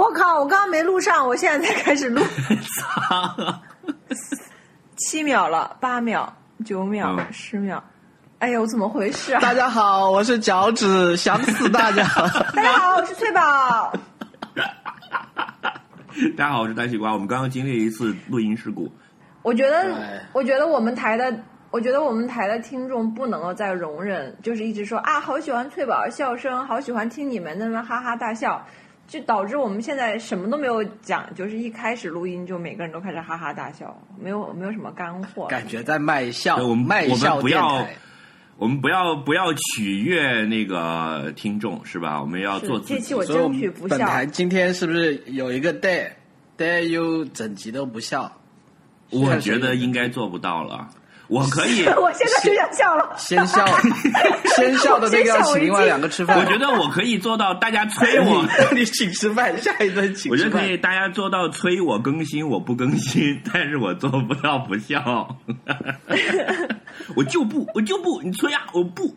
我靠！我刚刚没录上，我现在才开始录。7秒了，8秒、9秒、10秒。哎呦，怎么回事啊？ 大家好，我是脚趾，想死大家。 大家好，我是翠宝。 大家好，我是大西瓜。我们刚刚经历了一次录音事故。 我觉得我们台的听众不能够再容忍，就是一直说啊，好喜欢翠宝的笑声，好喜欢听你们在那哈哈大笑，就导致我们现在什么都没有讲，就是一开始录音就每个人都开始哈哈大笑，没有什么干货， 感觉在卖笑。 卖笑电台。 我们不要取悦那个听众，是吧？我们要做自己。 这期我争取不笑。 本台今天是不是有一个 day 又整集都不笑？ 我觉得应该做不到了。我可以， 我现在就想笑了。 先笑的那个要请另外2个吃饭。 我觉得我可以做到，大家催我， 你请吃饭，下一顿请吃饭。 我觉得可以，大家做到催我更新，我不更新，但是我做不到不笑。我就不，你催啊，我不。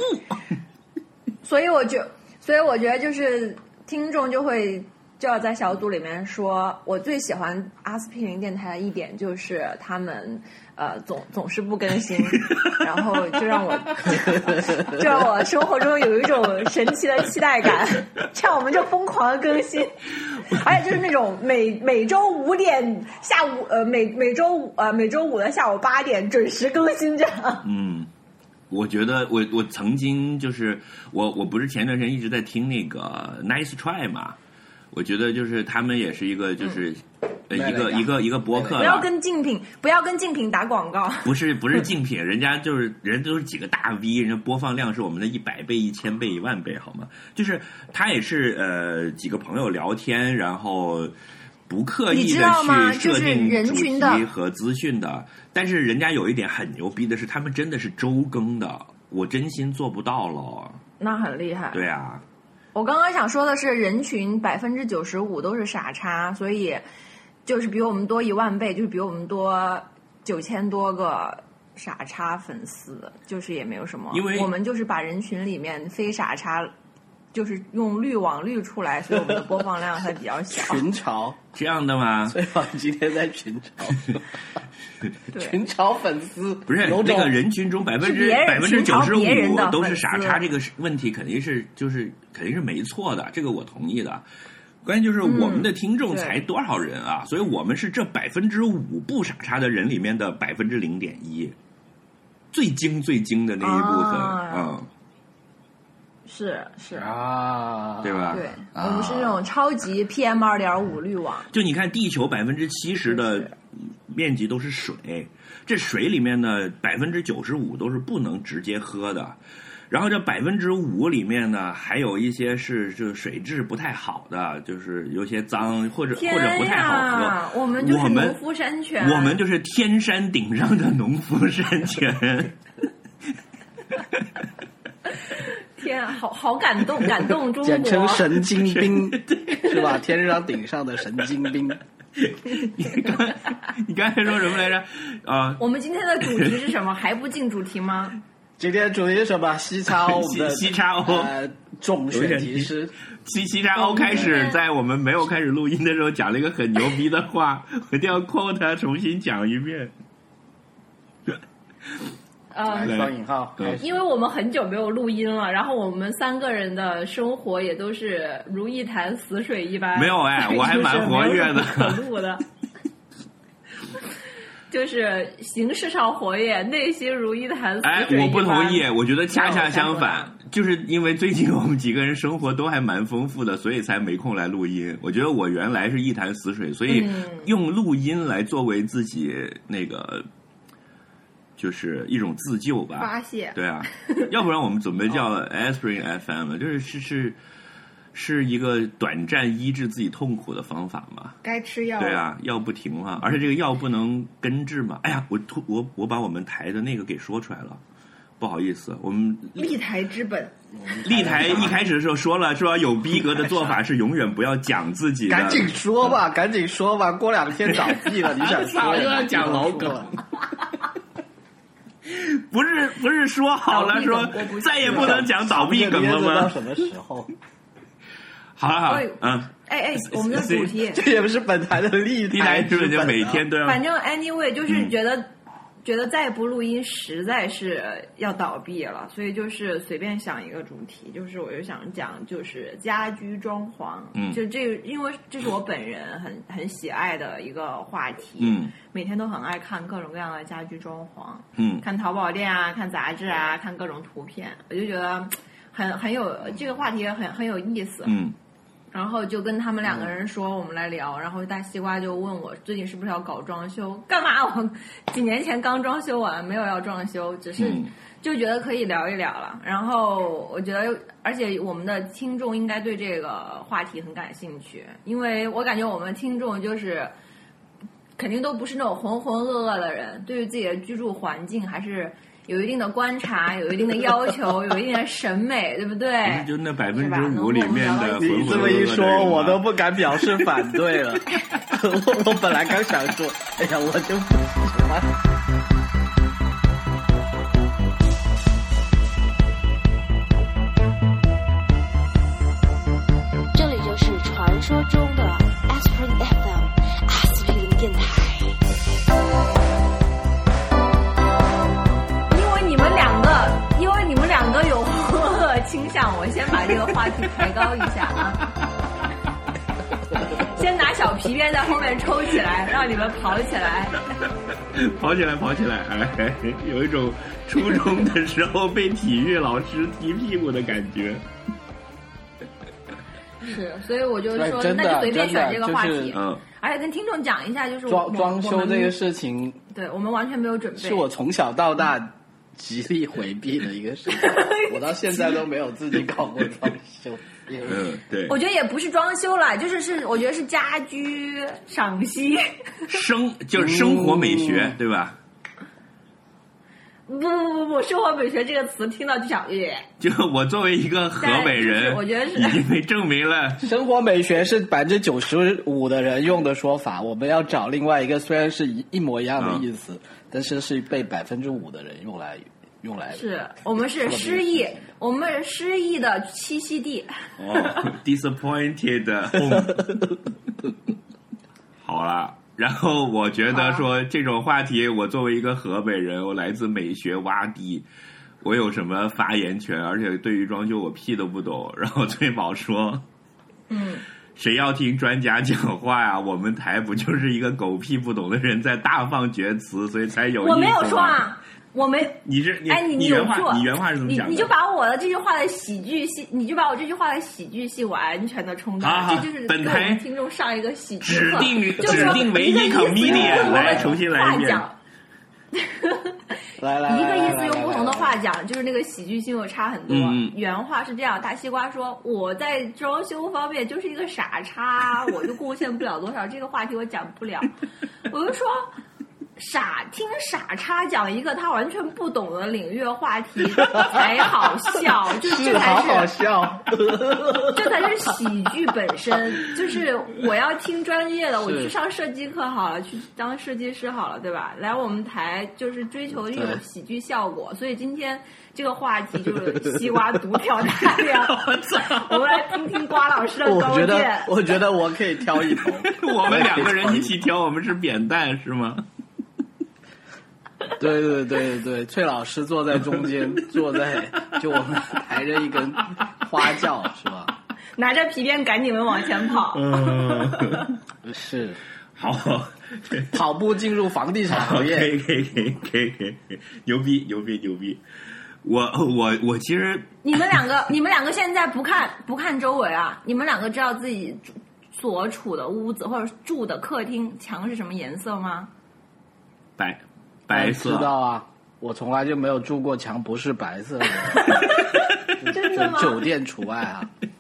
所以我觉得就是听众就要在小组里面说，我最喜欢阿司匹林电台的一点就是他们总是不更新，然后就让我生活中有一种神奇的期待感，这样我们就疯狂的更新，而且就是那种每周5点下午每周五的下午8点准时更新这样。 我觉得我曾经就是我不是前段时间一直在听那个 Nice Try 嘛。我觉得就是他们也是一个就是一个博客， 不要跟竞品打广告， 不是竞品，人都是几个大 V， 人家播放量是我们的100倍、1000倍、10000倍，好吗？就是他也是几个朋友聊天，然后不刻意的去设定主题和资讯的，但是人家有一点很牛逼的是，他们真的是周更的，我真心做不到了。 那很厉害。 对啊。 我刚刚想说的是，人群95%都是傻叉，所以就是比我们多10000倍，就是比我们多9000多个傻叉粉丝，就是也没有什么。因为我们就是把人群里面非傻叉，就是用滤网滤出来，所以我们的播放量才比较小。 群嘲这样的吗？ 所以我今天在群嘲。群嘲粉丝不是那个人群中95%都是傻叉，这个问题肯定是没错的，这个我同意的。关键就是我们的听众才多少人啊？所以我们是这5%不傻叉的人里面的0.1%，最精的那一部分是啊， 对吧？ 对，我们是那种超级 PM2.5 滤网。 就你看，地球70%的面积都是水，这水里面呢95%都是不能直接喝的，然后这5%里面呢，还有一些是就水质不太好的，就是有些脏或者不太好喝。 我们就是农夫山泉， 我们就是天山顶上的农夫山泉。 天啊，好感动中国， 简称神经病是吧？天上顶上的神经病。 你刚才说什么来着？ 我们今天的主题是什么？还不进主题吗？ 今天主题是什么？西叉 O 的西叉 O 重选题是西叉 O 开始在我们没有开始录音的时候讲了一个很牛逼的话，我一定要 quote 他重新讲一遍。 双引号， 因为我们很久没有录音了，然后我们3个人的生活也都是如一潭死水一般。 没有我还蛮活跃的， 可录的，就是形式上活跃，内心如一潭死水一般。 我不同意，我觉得恰恰相反，就是因为最近我们几个人生活都还蛮丰富的，所以才没空来录音。我觉得我原来是一潭死水，所以用录音来作为自己那个。就是一种自救吧， 发泄。 对啊，要不然我们准备叫 Aspirin FM， 是一个短暂医治自己痛苦的方法嘛？ 该吃药。 对啊，药不停嘛，而且这个药不能根治嘛。哎呀，我把我们台的那个给说出来了，不好意思，我们立台之本。 立台一开始的时候说了，说有逼格的做法是永远不要讲自己的。 赶紧说吧，过2天倒闭了，你想说又要讲老梗。不是说好了说再也不能讲倒闭梗了吗？ 到什么时候？ 好了， 我们的主题这也不是本台的立台之本，就每天都要。 反正 anyway 就是觉得再不录音实在是要倒闭了，所以就是随便想一个主题，就是我就想讲就是家居装潢，就这个，因为这是我本人很喜爱的一个话题，每天都很爱看各种各样的家居装潢，看淘宝店啊，看杂志啊，看各种图片，我就觉得很有这个话题很有意思，然后就跟他们2个人说我们来聊，然后大西瓜就问我最近是不是要搞装修，干嘛？我几年前刚装修完，没有要装修，只是就觉得可以聊一聊了。然后我觉得，而且我们的听众应该对这个话题很感兴趣，因为我感觉我们听众就是肯定都不是那种浑浑噩噩的人，对于自己的居住环境还是有一定的观察，有一定的要求，有一定的审美，对不对？ 就那5%里面的浑浑噩噩的人， 你这么一说，我都不敢表示反对了。我本来刚想说，哎呀，我就不喜欢。 这里就是传说中的 Aspirin FM 阿司匹林电台。 因为你们两个有浑噩倾向，我先把这个话题抬高一下啊！先拿小皮鞭在后面抽起来，让你们跑起来， 跑起来！哎，有一种初中的时候被体育老师踢屁股的感觉。 是，所以我就说，那就随便选这个话题。而且跟听众讲一下，就是装修这个事情， 对我们完全没有准备， 是我从小到大极力回避的一个事情，我到现在都没有自己搞过装修。 对， 我觉得也不是装修啦，就是我觉得是家居赏析， 就是生活美学，对吧？ 不，生活美学这个词听到就想就我作为一个河北人， 我觉得是已经被证明了。 生活美学是95%的人用的说法，我们要找另外一个，虽然是一模一样的意思，但是被5%的人用来。 是我们是失忆，我们是失忆的栖息地。 disappointed home。好了。然后我觉得说这种话题，我作为一个河北人，我来自美学洼地，我有什么发言权？而且对于装修我屁都不懂。然后翠宝说，谁要听专家讲话呀？我们台不就是一个狗屁不懂的人在大放厥词，所以才有意思。 我没有说啊，我没。 你原话是怎么讲的？ 你就把我的这句话的喜剧性，你就把我这句话的喜剧性完全的冲淡，这就是本台听众上一个喜剧课， 指定为一 comedian 来重新来一遍。 来， 一个意思用不同的话讲，就是那个喜剧性又差很多。原话是这样，大西瓜说：“我在装修方面就是一个傻叉，我就贡献不了多少，这个话题我讲不了。”我就说。听傻叉讲一个他完全不懂的领域话题才好笑，这才是好笑， 这才是喜剧本身。就是我要听专业的，我去上设计课好了，去当设计师好了，对吧？来我们台就是追求这种喜剧效果，所以今天这个话题就是西瓜独挑大梁。我们来听听瓜老师的高见。 我觉得我可以挑一头， 我们2个人一起挑，我们是扁担是吗？ 对，翠老师坐在中间，就我们抬着一根花轿是吧？ 拿着皮鞭赶你们往前跑。 是好， 跑步进入房地产行业， 可以，牛逼！我其实你们两个现在不看周围啊？你们2个知道自己所处的屋子或者住的客厅墙是什么颜色吗？ 白色。 知道啊，我从来就没有住过墙不是白色的。 真的吗？ 酒店除外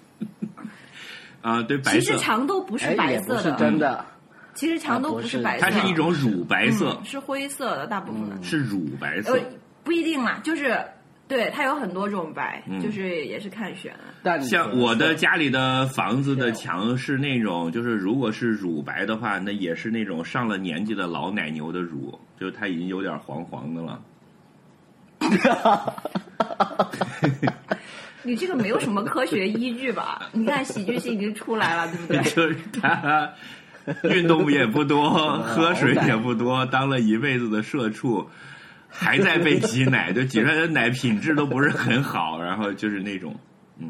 啊。 对，白色。 其实墙都不是白色的， 不是真的。 其实墙都不是白色的， 它是一种乳白色， 是灰色的，大部分是乳白色。 不一定嘛，就是对它有很多种白，就是也是看选。 像我的家里的房子的墙是那种，就是如果是乳白的话，那也是那种上了年纪的老奶牛的乳，就它已经有点黄黄的了。 你这个没有什么科学依据吧？你看喜剧性已经出来了，对不对？ 就是他运动也不多，喝水也不多，当了一辈子的社畜，还在被挤奶，就挤出来的奶品质都不是很好，然后就是那种，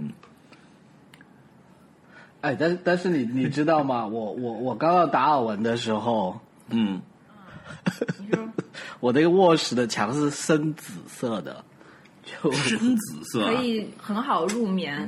哎，但是你知道吗？我刚到达尔文的时候， 你说我那个卧室的墙是深紫色的，就深紫色， 可以很好入眠。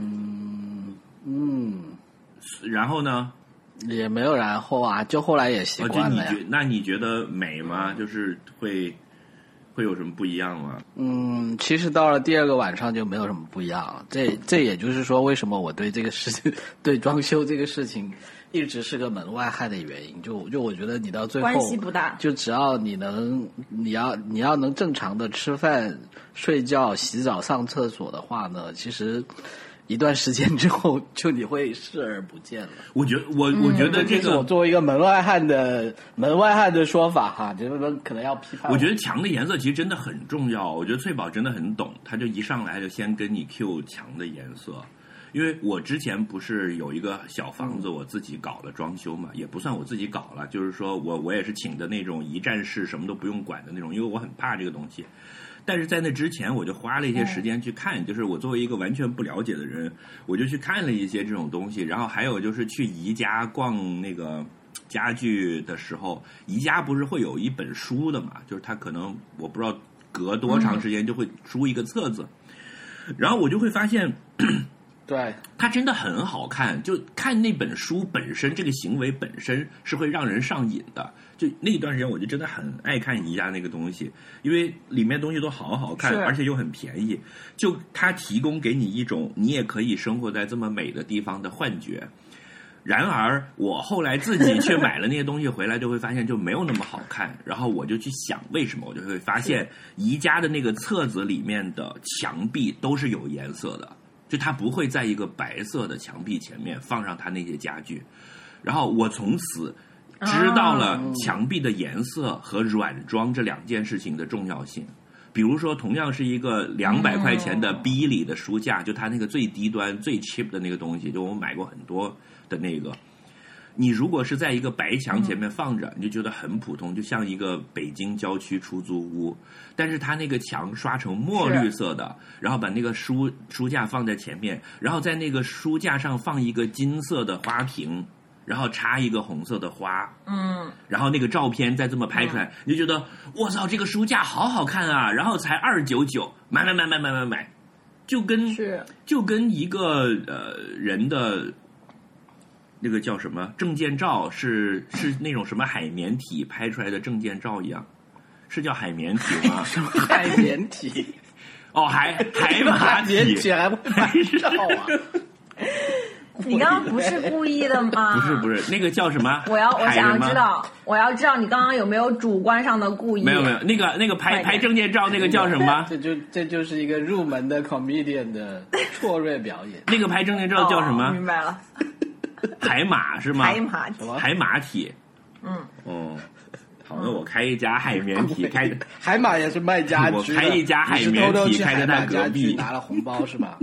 然后呢？ 也没有然后啊，就后来也习惯了呀。 那你觉得美吗？就是会有什么不一样吗？ 其实到了第二个晚上就没有什么不一样了。这也就是说，为什么我对这个事情，对装修这个事情，一直是个门外汉的原因。就我觉得你到最后关系不大， 就只要你要能正常的吃饭、睡觉、洗澡、上厕所的话呢，其实一段时间之后，就你会视而不见了。 我觉得这个， 是我作为一个门外汉的说法哈，就是可能要批判。 我觉得墙的颜色其实真的很重要。我觉得翠宝真的很懂，他就一上来就先跟你 Q 墙的颜色。因为我之前不是有一个小房子，我自己搞了装修嘛，也不算我自己搞了，就是说我也是请的那种一站式，什么都不用管的那种，因为我很怕这个东西。但是在那之前，我就花了一些时间去看，就是我作为一个完全不了解的人，我就去看了一些这种东西。然后还有就是去宜家逛那个家具的时候，宜家不是会有一本书的嘛？就是它可能我不知道隔多长时间就会出一个册子，然后我就会发现。 对， 它真的很好看，就看那本书本身，这个行为本身是会让人上瘾的。就那一段时间，我就真的很爱看宜家那个东西，因为里面东西都好好看，而且又很便宜。就它提供给你一种你也可以生活在这么美的地方的幻觉。然而，我后来自己却买了那些东西回来，就会发现就没有那么好看。然后我就去想为什么，我就会发现宜家的那个册子里面的墙壁都是有颜色的。就它不会在一个白色的墙壁前面放上它那些家具，然后我从此知道了墙壁的颜色和软装这两件事情的重要性。比如说，同样是一个200块钱的 B 里的书架，就它那个最低端、最 cheap 的那个东西，就我买过很多的那个。你如果是在一个白墙前面放着，你就觉得很普通，就像一个北京郊区出租屋。但是它那个墙刷成墨绿色的，然后把那个书架放在前面，然后在那个书架上放一个金色的花瓶，然后插一个红色的花，然后那个照片再这么拍出来，你就觉得我操，这个书架好好看啊！然后才299，买，就跟一个人的。那个叫什么证件照是那种什么海绵体拍出来的证件照一样，是叫海绵体吗？ 什么海绵体？ 哦，海马体， 海绵体还不拍照啊？ 你刚刚不是故意的吗？ 不是，那个叫什么？ 我想要知道你刚刚有没有主观上的故意？ 没有，那个拍证件照那个叫什么？ 这就是一个入门的 comedian 的错锐表演。 那个拍证件照叫什么？ 明白了。 海马是吗？ 海马体。好，那我开一家海绵体，开海马也是卖家居， 我开一家海绵体，开在他隔壁， 拿了红包是吧？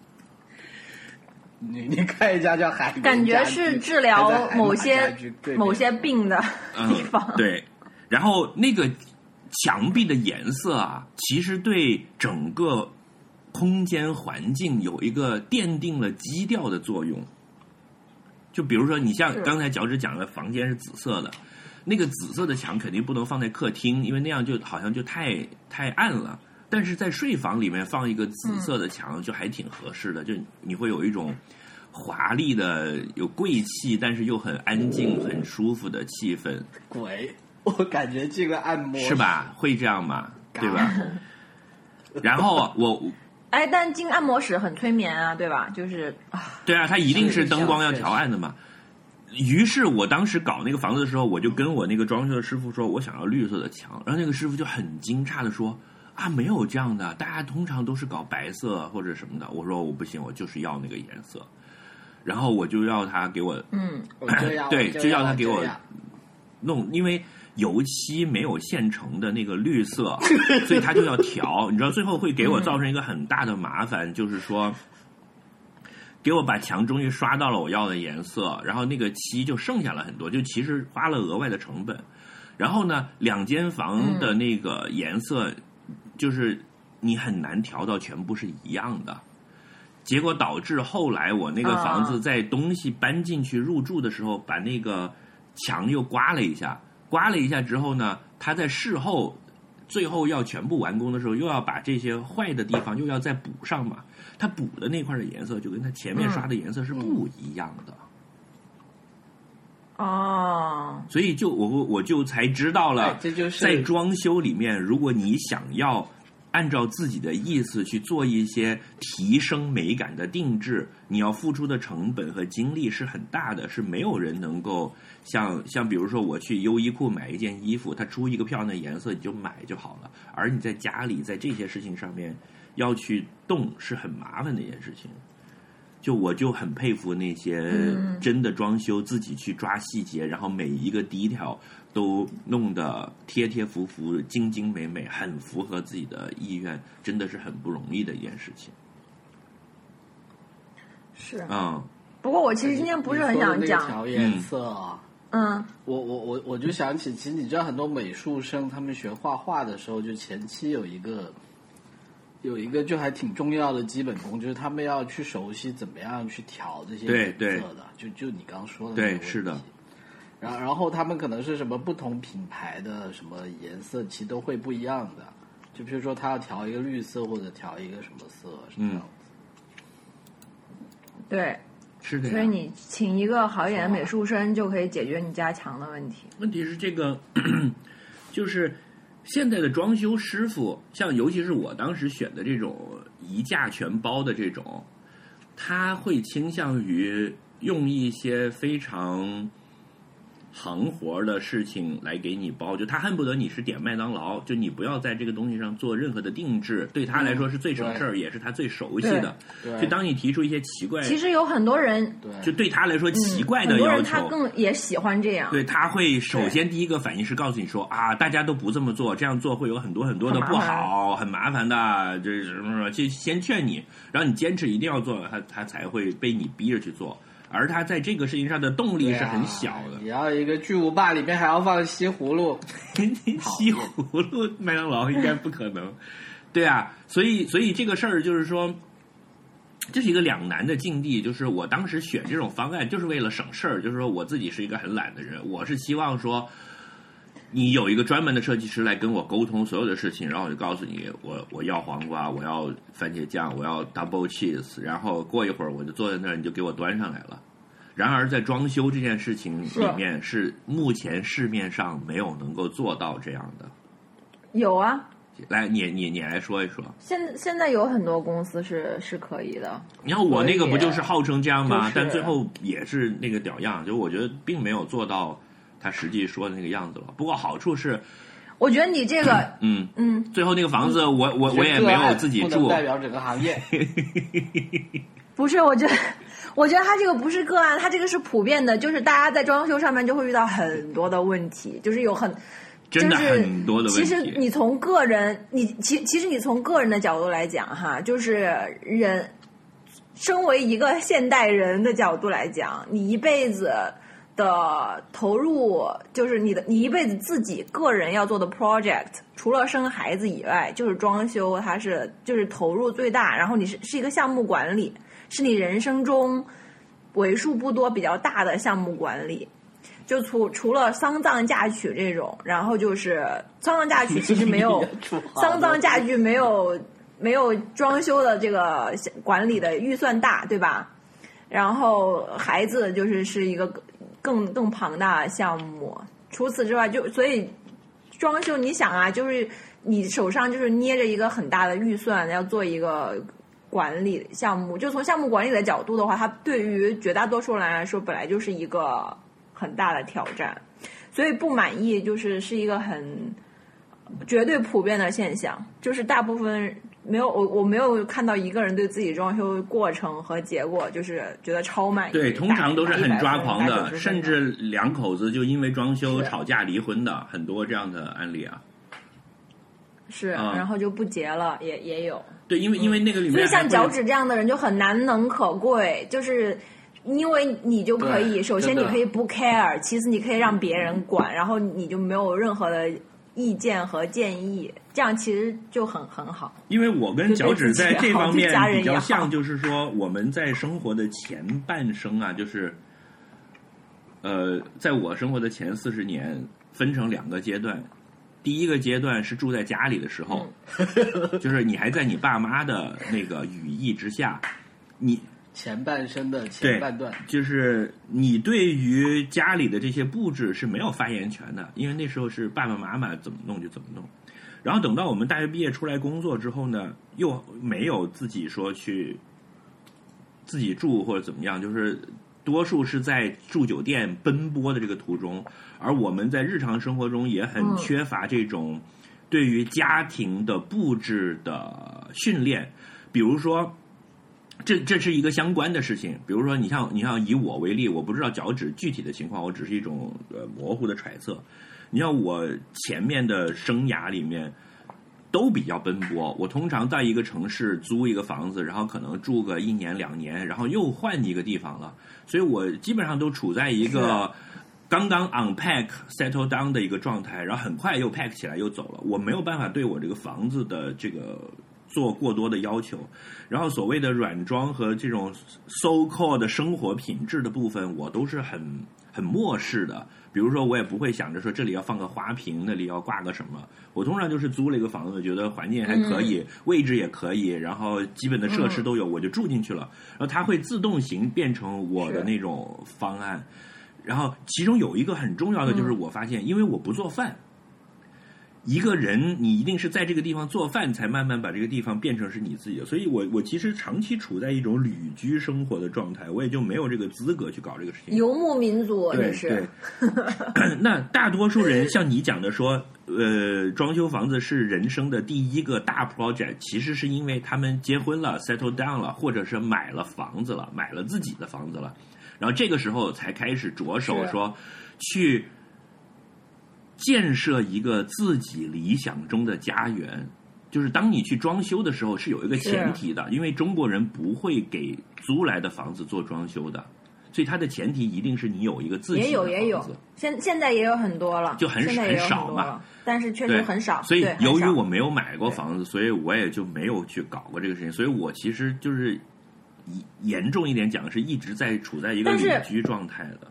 你开一家叫海绵， 感觉是治疗某些病的地方。 对，然后那个墙壁的颜色啊，其实对整个空间环境有一个奠定了基调的作用。就比如说，你像刚才脚趾讲的房间是紫色的，那个紫色的墙肯定不能放在客厅，因为那样就好像就太暗了。但是在睡房里面放一个紫色的墙就还挺合适的，就你会有一种华丽的、有贵气，但是又很安静、很舒服的气氛。 鬼，我感觉进了按摩是吧？会这样吗？对吧？然后但进按摩室很催眠啊，对吧？就是对啊，它一定是灯光要调暗的嘛。于是我当时搞那个房子的时候，我就跟我那个装修的师傅说，我想要绿色的墙，然后那个师傅就很惊诧的说：“啊，没有这样的，大家通常都是搞白色或者什么的。”我说我不行，我就是要那个颜色。然后我就要他给我，对，就要他给我弄，因为油漆没有现成的那个绿色，所以他就要调。你知道，最后会给我造成一个很大的麻烦，就是说， 给我把墙终于刷到了我要的颜色，然后那个漆就剩下了很多，就其实花了额外的成本。然后呢，2间房的那个颜色就是你很难调到全部是一样的，结果导致后来我那个房子在东西搬进去入住的时候，把那个墙又刮了一下之后呢，他在事后最后要全部完工的时候，又要把这些坏的地方又要再补上嘛。他补的那块的颜色就跟他前面刷的颜色是不一样的。 哦， 所以就我就才知道了， 这就是在装修里面，如果你想要按照自己的意思去做一些提升美感的定制，你要付出的成本和精力是很大的，是没有人能够像比如说我去优衣库买一件衣服，它出一个漂亮的颜色你就买就好了，而你在家里在这些事情上面要去动是很麻烦的一件事情。我就很佩服那些真的装修自己去抓细节，然后每一个detail都弄得贴贴服服、精精美美，很符合自己的意愿，真的是很不容易的一件事情。 是， 不过我其实今天不是很想讲调颜色啊。我就想起，其实你知道很多美术生他们学画画的时候，就前期有一个就还挺重要的基本功，就是他们要去熟悉怎么样去调这些颜色的，就你刚说的那个问题。 对，是的。 然后他们可能是什么不同品牌的什么颜色，其实都会不一样的。就比如说他要调一个绿色或者调一个什么色，是这样子。 对， 是的。 所以你请一个好一点的美术生就可以解决你家墙的问题。 问题是这个，就是现在的装修师傅，像尤其是我当时选的这种一价全包的这种，他会倾向于用一些非常行活的事情来给你包，就他恨不得你是点麦当劳，就你不要在这个东西上做任何的定制，对他来说是最省事儿，也是他最熟悉的。就当你提出一些奇怪， 其实有很多人就对他来说奇怪的要求， 很多人他更也喜欢这样。 对，他会首先第一个反应是告诉你说啊，大家都不这么做，这样做会有很多很多的不好，很麻烦的，这什么什么，就先劝你，然后你坚持一定要做，他才会被你逼着去做。而他在这个事情上的动力是很小的。 你要一个巨无霸里面还要放西葫芦， 西葫芦麦当劳应该不可能。对啊，所以这个事儿就是说，这是一个两难的境地。就是我当时选这种方案，就是为了省事儿。就是说我自己是一个很懒的人，我是希望说，你有一个专门的设计师来跟我沟通所有的事情，然后我就告诉你，我要黄瓜，我要番茄酱，我要 double cheese， 然后过一会儿我就坐在那儿，你就给我端上来了。然而在装修这件事情里面，是目前市面上没有能够做到这样的。 有啊， 来，你来说一说。 现在有很多公司是可以的。 你看我那个不就是号称这样吗？ 就是、 但最后也是那个屌样，就我觉得并没有做到他实际说的那个样子了。不过好处是， 我觉得你这个， 最后那个房子我也没有自己住， 不能代表整个行业。 不是，我觉得他这个不是个案，他这个是普遍的，就是大家在装修上面就会遇到很多的问题，就是有真的很多的问题。 其实你从个人，其实你从个人的角度来讲，哈，就是身为一个现代人的角度来讲，你一辈子的投入，就是你一辈子自己个人要做的 project， 除了生孩子以外，就是装修，它就是投入最大，然后你是一个项目管理。是你人生中为数不多比较大的项目管理，就除了丧葬嫁娶这种，然后就是丧葬嫁娶其实没有丧葬嫁娶没有装修的这个管理的预算大，对吧？然后孩子是一个更庞大的项目。除此之外，所以装修你想啊，就是你手上就是捏着一个很大的预算要做一个管理项目，就从项目管理的角度的话，它对于绝大多数人来说本来就是一个很大的挑战，所以不满意是一个很绝对普遍的现象，就是大部分我没有看到一个人对自己装修过程和结果就是觉得超满意。 对，通常都是很抓狂的，甚至两口子就因为装修吵架离婚的很多这样的案例啊。 是，然后就不结了，也有。 对，因为那个里面， 所以像脚趾这样的人就很难能可贵，就是因为你就可以，首先你可以不 care， 其次你可以让别人管，然后你就没有任何的意见和建议，这样其实就很好。 因为我跟脚趾在这方面比较像，就是说我们在生活的前半生啊，就是在我生活的前40年分成2个阶段。第一个阶段是住在家里的时候，就是你还在你爸妈的那个羽翼之下，你前半生的前半段， 就是你对于家里的这些布置是没有发言权的，因为那时候是爸爸妈妈怎么弄就怎么弄。然后等到我们大学毕业出来工作之后呢，又没有自己说去自己住或者怎么样，就是多数是在住酒店奔波的这个途中，而我们在日常生活中也很缺乏这种对于家庭的布置的训练。比如说这是一个相关的事情，比如说你像以我为例，我不知道脚趾具体的情况，我只是一种模糊的揣测。你像我前面的生涯里面都比较奔波，我通常在一个城市租一个房子，然后可能住个1年2年，然后又换一个地方了，所以我基本上都处在一个刚刚 unpack settle down 的一个状态，然后很快又 pack 起来又走了。我没有办法对我这个房子的这个做过多的要求，然后所谓的软装和这种 so called 的生活品质的部分，我都是很漠视的。比如说我也不会想着说这里要放个花瓶，那里要挂个什么，我通常就是租了一个房子，觉得环境还可以，位置也可以，然后基本的设施都有，我就住进去了，然后它会自动型变成我的那种方案。然后其中有一个很重要的就是我发现，因为我不做饭，一个人你一定是在这个地方做饭，才慢慢把这个地方变成是你自己的。所以我其实长期处在一种旅居生活的状态，我也就没有这个资格去搞这个事情。 游牧民族， 对是。 那大多数人像你讲的说，装修房子是人生的第一个大 project， 其实是因为他们结婚了 settle down 了，或者是买了房子了，买了自己的房子了，然后这个时候才开始着手说去建设一个自己理想中的家园。就是当你去装修的时候是有一个前提的，因为中国人不会给租来的房子做装修的，所以它的前提一定是你有一个自己的房子。 也有，现在也有很多了， 就很少嘛， 但是确实很少。 所以由于我没有买过房子，所以我也就没有去搞过这个事情，所以我其实就是严重一点讲，是一直在处在一个旅居状态的。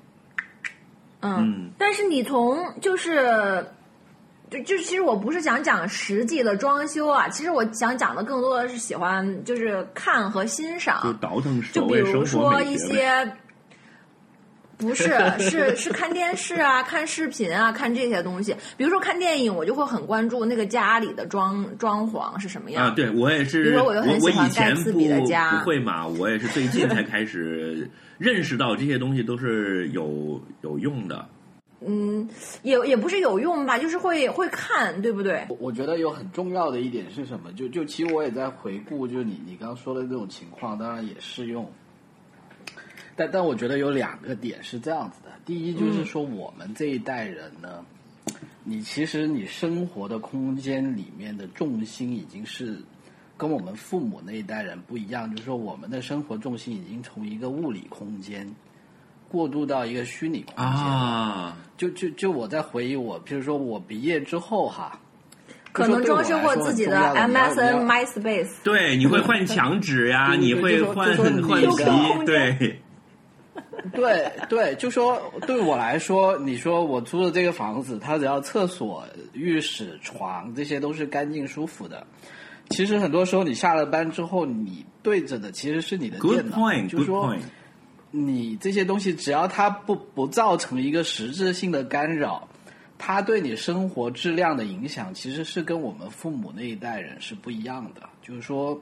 但是你从就是其实我不是想讲实际的装修啊，其实我想讲的更多的是喜欢就是看和欣赏， 就倒腾就比如说一些不是是看电视啊、看视频啊、看这些东西。比如说看电影，我就会很关注那个家里的装潢是什么样。 对，我也是。 比如说我就很喜欢盖茨比的家。 不会嘛？我也是最近才开始认识到这些东西都是有用的。 也不是有用吧，就是会看，对不对？ 我觉得有很重要的一点是什么？就其实我也在回顾，就你刚刚说的这种情况，当然也适用。但我觉得有2个点是这样子的。第一就是说，我们这一代人呢，其实你生活的空间里面的重心已经是跟我们父母那一代人不一样，就是说我们的生活重心已经从一个物理空间过渡到一个虚拟空间啊。 就我在回忆我，譬如说我毕业之后哈， 可能装修过自己的 MSN MySpace， 对，你会换墙纸呀，你会换皮， 对，就说对我来说，你说我租的这个房子，它只要厕所、浴室、床这些都是干净舒服的。其实很多时候你下了班之后，你对着的其实是你的电脑。 Good point， 就是说你这些东西只要它不造成一个实质性的干扰，它对你生活质量的影响其实是跟我们父母那一代人是不一样的。就是说，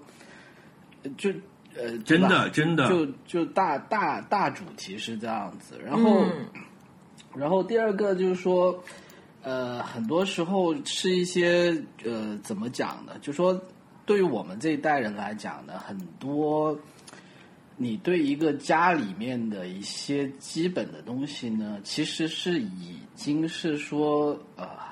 真的就大主题是这样子。然后第二个就是说，很多时候是一些怎么讲呢？就说对于我们这一代人来讲呢，很多你对一个家里面的一些基本的东西呢，其实是已经是说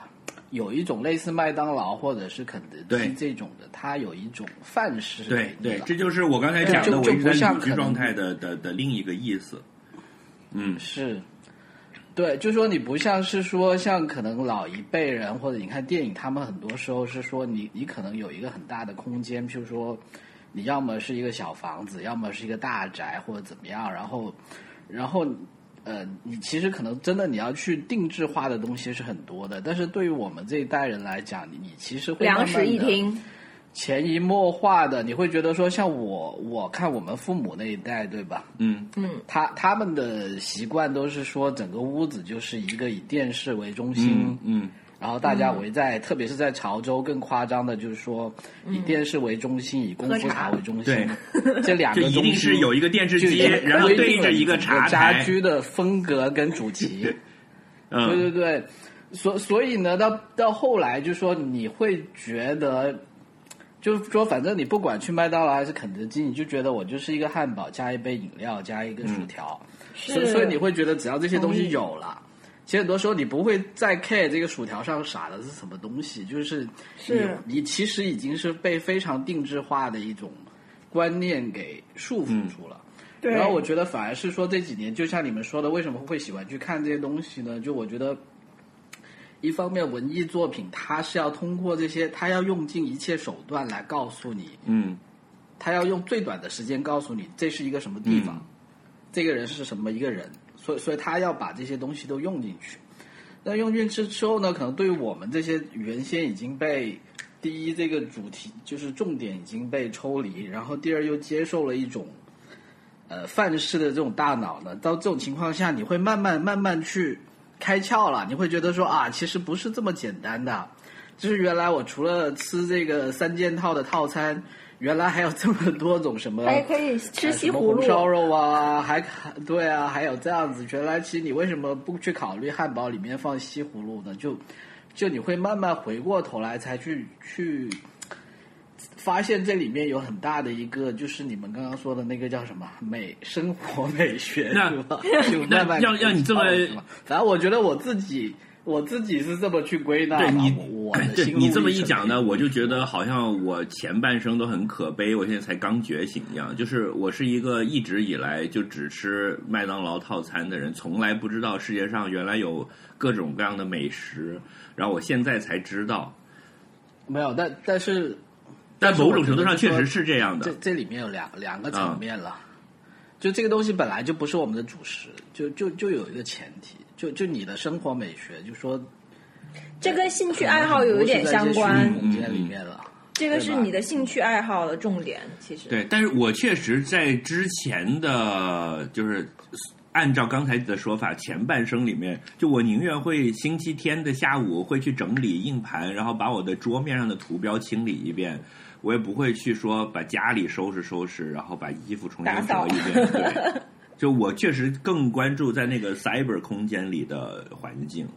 有一种类似麦当劳或者是肯德基这种的，它有一种范式。 对，这就是我刚才讲的，我一直在旅居状态的另一个意思。 是。对，就说你不像是说像可能老一辈人或者你看电影，他们很多时候是说你可能有一个很大的空间，譬如说你要么是一个小房子，要么是一个大宅或者怎么样，然后你其实可能真的你要去定制化的东西是很多的，但是对于我们这一代人来讲，你其实会慢慢的两室一厅。 潜移默化的，你会觉得说，像我看我们父母那一代，对吧？他们的习惯都是说，整个屋子就是一个以电视为中心，然后大家围在，特别是在潮州更夸张的，就是说以电视为中心，以功夫茶为中心，这两个就一定是有一个电视机，然后对着一个茶台， 家居的风格跟主题。对，所以呢，到后来就说你会觉得。就是说，反正你不管去麦当劳还是肯德基，你就觉得我就是一个汉堡加一杯饮料加一个薯条，所以你会觉得只要这些东西有了，其实很多时候你不会再 care 这个薯条上撒的是什么东西，就是你其实已经是被非常定制化的一种观念给束缚住了。然后我觉得反而是说这几年，就像你们说的，为什么会喜欢去看这些东西呢？就我觉得。一方面，文艺作品它是要通过这些，它要用尽一切手段来告诉你，它要用最短的时间告诉你这是一个什么地方，这个人是什么一个人，所以他要把这些东西都用进去。那用进去之后呢，可能对于我们这些原先已经被第一这个主题就是重点已经被抽离，然后第二又接受了一种范式的这种大脑呢，到这种情况下，你会慢慢去。开窍了，你会觉得说啊，其实不是这么简单的，就是原来我除了吃这个3件套的套餐，原来还有这么多种什么， 还可以吃西葫芦、 红烧肉啊，对啊，还有这样子。原来其实你为什么不去考虑汉堡里面放西葫芦呢？就你会慢慢回过头来才去发现这里面有很大的一个，就是你们刚刚说的那个叫什么生活美学，是吧？就慢慢要你这么， 反正我觉得我自己是这么去归纳的。 对你这么一讲呢，我就觉得好像我前半生都很可悲，我现在才刚觉醒一样。就是我是一个一直以来就只吃麦当劳套餐的人，从来不知道世界上原来有各种各样的美食，然后我现在才知道。 没有， 但某种程度上确实是这样的。 这里面有两个层面了，就这个东西本来就不是我们的主食，就有一个前提，就你的生活美学，就说这跟兴趣爱好有一点相关。 空间里面了， 这个是你的兴趣爱好的重点，其实。 对，但是我确实在之前的，就是按照刚才的说法，前半生里面，就我宁愿会星期天的下午会去整理硬盘，然后把我的桌面上的图标清理一遍。我也不会去说把家里收拾，然后把衣服重新折一遍。对，就我确实更关注在那个 cyber 空间里的环境。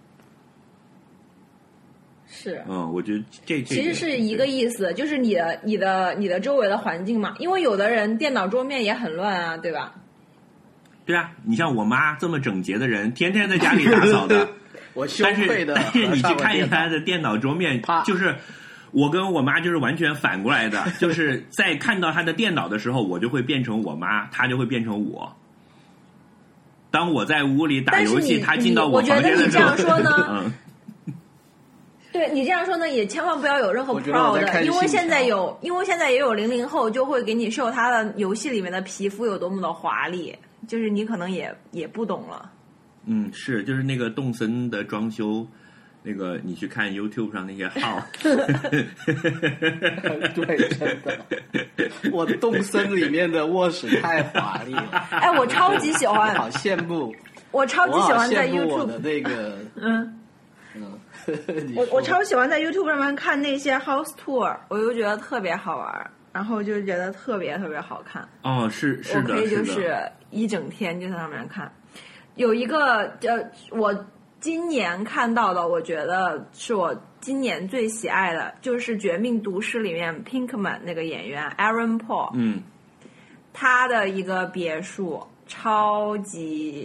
是， 我觉得这其实是一个意思，就是你的周围的环境嘛。因为有的人电脑桌面也很乱啊，对吧？ 对啊，你像我妈这么整洁的人，天天在家里打扫的。 我羞愧的。 但是你去看一看她的电脑桌面，就是我跟我妈就是完全反过来的，就是在看到她的电脑的时候，我就会变成我妈，她就会变成我。当我在屋里打游戏，她进到我房间的时候， 我觉得你这样说呢，对你这样说呢，也千万不要有任何 pro 的，因为现在也有00后就会给你秀他的游戏里面的皮肤有多么的华丽，就是你可能也不懂了。 是，就是那个动森的装修，那个你去看 YouTube 上那些号， 对，真的，我动森里面的卧室太华丽了。 哎，我超级喜欢， 好羡慕， 我超级喜欢在 YouTube 的那个， 我超喜欢在 YouTube 上面看那些 house tour， 我就觉得特别好玩，然后就觉得特别特别好看。 是的， 我可以就是一整天就在上面看。有一个我今年看到的，我觉得是我今年最喜爱的，就是《绝命毒师》里面 Pinkman 那个演员 Aaron Paul，他的一个别墅超级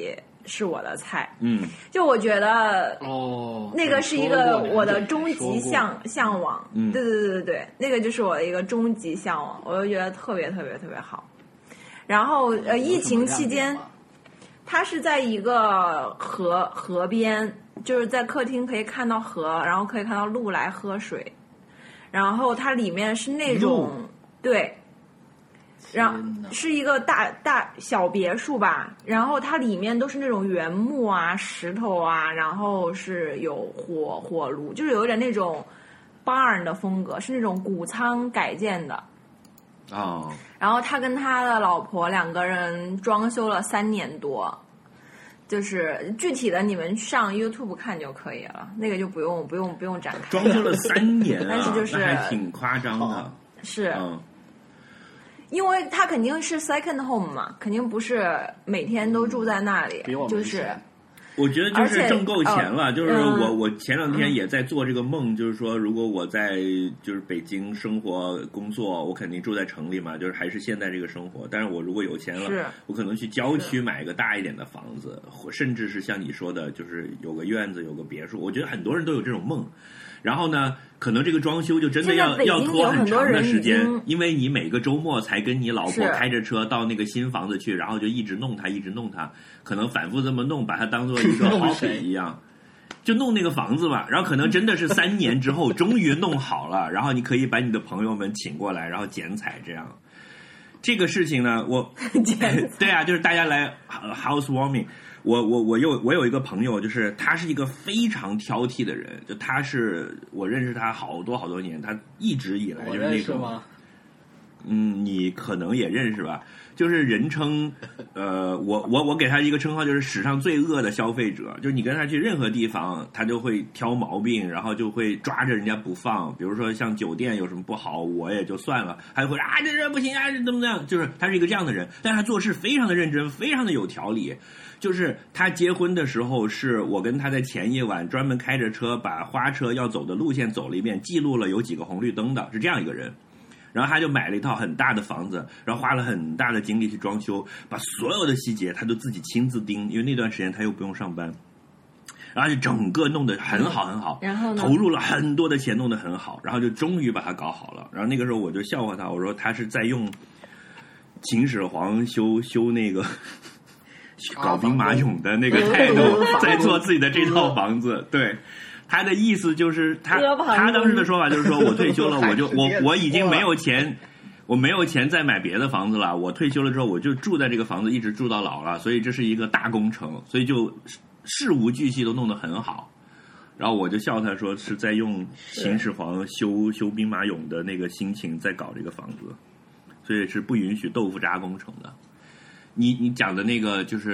是我的菜。 就我觉得那个是一个我的终极向往。对，那个就是我的一个终极向往，我就觉得特别特别特别好。然后疫情期间，它是在一个河边，就是在客厅可以看到河，然后可以看到鹿来喝水，然后它里面是那种对。然后是一个大小别墅吧，然后它里面都是那种原木啊、石头啊，然后是有火炉，就是有点那种 barn 的风格，是那种谷仓改建的。然后他跟他的老婆2个人装修了3年多，就是具体的你们上 YouTube 看就可以了，那个就不用展开。 装修了3年啊， 但是就是那还挺夸张的。 是。因为他肯定是 second home 嘛，肯定不是每天都住在那里，就是我觉得就是挣够钱了。就是我前2天也在做这个梦，就是说如果我在就是北京生活工作，我肯定住在城里嘛，就是还是现在这个生活。但是我如果有钱了，我可能去郊区买一个大一点的房子，甚至是像你说的，就是有个院子，有个别墅。我觉得很多人都有这种梦。然后呢，可能这个装修就真的要拖很长的时间，因为你每个周末才跟你老婆开着车到那个新房子去，然后就一直弄它，可能反复这么弄，把它当做一个好笔一样，就弄那个房子嘛。然后可能真的是3年之后终于弄好了，然后你可以把你的朋友们请过来，然后剪彩这样。这个事情呢，对啊，就是大家来 housewarming。我有一个朋友，就是他是一个非常挑剔的人，就我认识他好多年，他一直以来就是那种，你可能也认识吧，就是人称我给他一个称号，就是史上最恶的消费者，就是你跟他去任何地方，他就会挑毛病，然后就会抓着人家不放，比如说像酒店有什么不好，我也就算了，他就会这不行啊，怎么样，就是他是一个这样的人，但是他做事非常的认真，非常的有条理。就是他结婚的时候，是我跟他在前一晚专门开着车把花车要走的路线走了一遍，记录了有几个红绿灯的，是这样一个人。然后他就买了一套很大的房子，然后花了很大的精力去装修，把所有的细节他都自己亲自盯，因为那段时间他又不用上班，然后就整个弄得很好很好， 然后呢投入了很多的钱，弄得很好，然后就终于把它搞好了。然后那个时候我就笑话他，我说他是在用秦始皇修那个搞兵马俑的那个态度在做自己的这套房子。对，他的意思就是他当时的说法就是说，我退休了，我已经没有钱，我没有钱再买别的房子了，我退休了之后我就住在这个房子一直住到老了，所以这是一个大工程，所以就事无巨细都弄得很好。然后我就笑他说是在用秦始皇修兵马俑的那个心情在搞这个房子，所以是不允许豆腐渣工程的。你讲的那个就是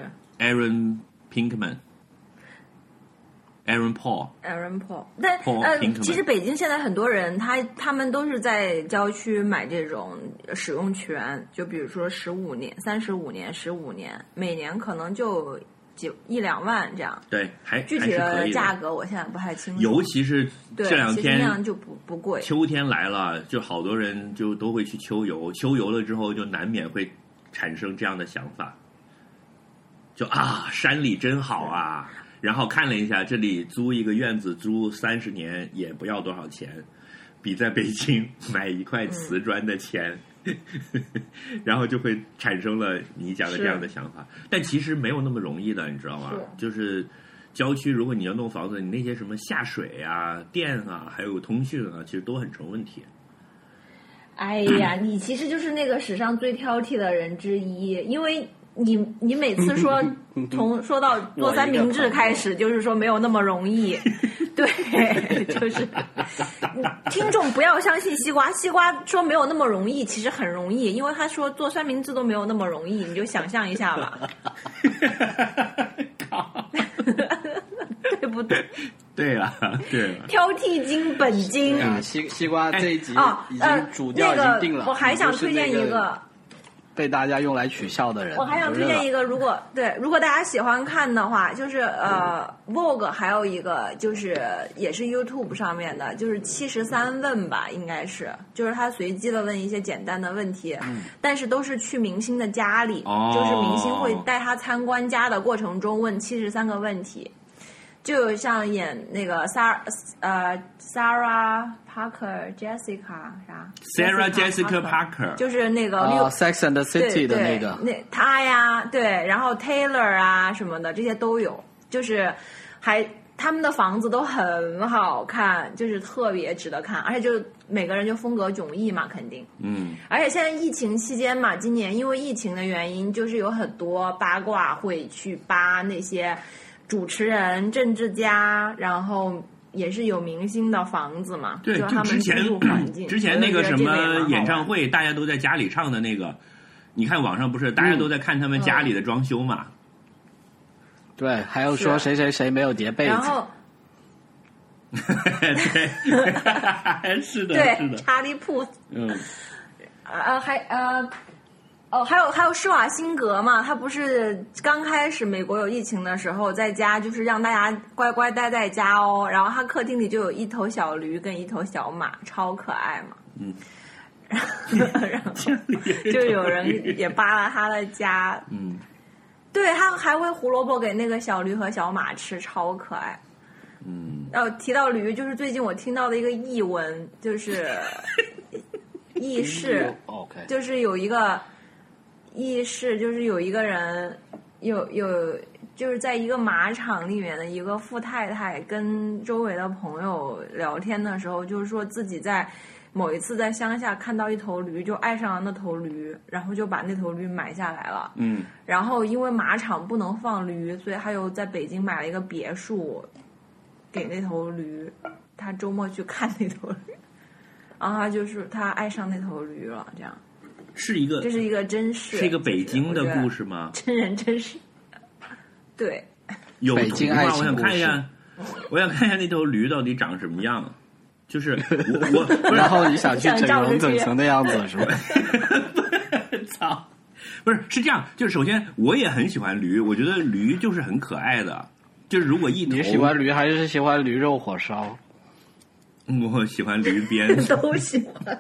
Aaron Pinkman。Aaron Paul， 但其实北京现在很多人他们都是在郊区买这种使用权，就比如说15年、35年、15年，每年可能就1-2万这样。 对， 具体的价格我现在不太清楚。 尤其是这2天， 那样就不贵。 秋天来了，就好多人就都会去秋游，秋游了之后就难免会产生这样的想法，就山里真好啊。然后看了一下，这里租一个院子租30年也不要多少钱，比在北京买一块瓷砖的钱，然后就会产生了你讲的这样的想法。但其实没有那么容易的，你知道吗？就是郊区，如果你要弄房子，你那些什么下水啊、电啊，还有通讯啊，其实都很成问题。 哎呀，你其实就是那个史上最挑剔的人之一，因为你每次说说到做三明治开始，就是说没有那么容易，对，就是听众不要相信西瓜说没有那么容易，其实很容易，因为他说做三明治都没有那么容易，你就想象一下吧。对不对？ 对了， 挑剔精本精。 西瓜这一集已经主调已经定了。 我还想推荐一个。 被大家用来取笑的人。 我还想推荐一个，如果大家喜欢看的话，就是Vogue 还有一个就是也是 YouTube 上面的，就是73问吧，应该是，就是他随机的问一些简单的问题，但是都是去明星的家里，就是明星会带他参观家的过程中问73个问题。就像演那个Sarah Parker Jessica 啥 Sarah Jessica Parker 就是那个 Sex and the City 的那个， 那他呀，对，然后 Taylor 啊什么的这些都有，就是他们的房子都很好看，就是特别值得看，而且就每个人就风格迥异嘛，肯定。而且现在疫情期间嘛，今年因为疫情的原因，就是有很多八卦会去扒那些主持人、政治家，然后也是有明星的房子嘛， 对， 就他们居住环境。 之前那个什么演唱会，大家都在家里唱的那个，你看网上不是大家都在看他们家里的装修嘛？ 对，还有说谁谁谁没有叠被子。 然后对，是的， 对， 是的， 查理普，还有施瓦辛格嘛，他不是刚开始美国有疫情的时候，在家就是让大家乖乖待在家哦，然后他客厅里就有一头小驴跟一头小马，超可爱嘛。然后就有人也扒了他的家，对，他还会胡萝卜给那个小驴和小马吃，超可爱。然后提到驴，就是最近我听到的一个译文，就是轶事，就是有一个轶事，就是有一个人就是在一个马场里面的一个富太太跟周围的朋友聊天的时候，就是说自己在某一次在乡下看到一头驴，就爱上了那头驴，然后就把那头驴买下来了。然后因为马场不能放驴，所以他又在北京买了一个别墅给那头驴，他周末去看那头驴，然后他爱上那头驴了，这样。这是一个真事， 是一个北京的故事吗？ 真人真事。对， 有北京爱情故事。 我想看一下那头驴到底长什么样。就是我然后你想去整容整成的样子是吧？ 操，不是这样，就是首先我也很喜欢驴，我觉得驴就是很可爱的。就是如果你喜欢驴还是喜欢驴肉火烧？ 我喜欢驴鞭， 都喜欢。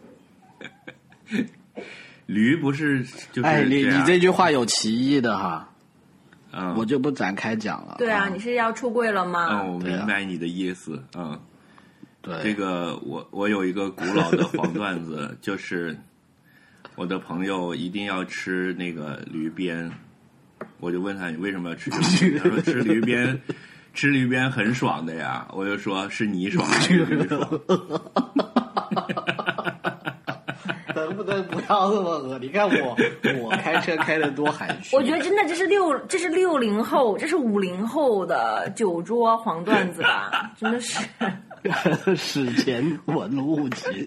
驴不是就是哎，你这句话有歧义的哈，我就不展开讲了。 对啊，你是要出柜了吗？ 我明白你的意思。 对， 这个我有一个古老的黄段子，就是我的朋友一定要吃那个驴鞭，我就问他你为什么要吃驴鞭？他说吃驴鞭很爽的呀。我就说是你爽还是驴爽？ 能不能不要这么恶？你看我开车开得多含蓄。 我觉得真的这是60后，这是50后的酒桌黄段子吧，真的是。 史前文物集，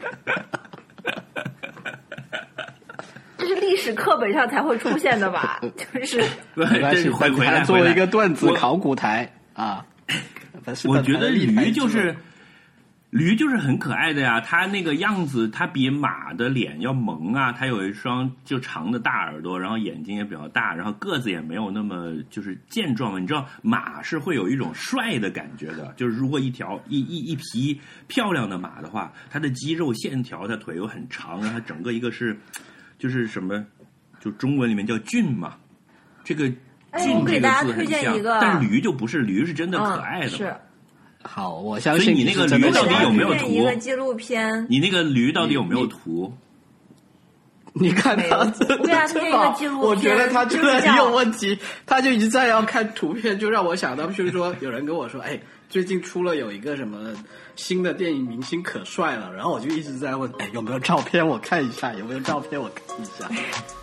这是历史课本上才会出现的吧？就是这是回来作为一个段子考古台啊。 我觉得驴就是很可爱的呀，它那个样子，它比马的脸要萌啊，它有一双就长的大耳朵，然后眼睛也比较大，然后个子也没有那么就是健壮嘛。你知道马是会有一种帅的感觉的，就是如果一匹漂亮的马的话，它的肌肉线条，它腿又很长，然后它整个一个是就是什么，就中文里面叫俊嘛，这个俊这个字很像，但是驴就不是，驴是真的可爱的嘛。 是。 好，我相信你那个驴到底有没有图？ 一个纪录片， 你那个驴到底有没有图？ 你看他， 我给他推荐一个纪录片， 我觉得他真的很有问题，他就一再要看图片，就让我想到，就是说有人跟我说，哎，最近出了有一个什么新的电影明星可帅了，然后我就一直在问，哎，有没有照片我看一下，有没有照片我看一下。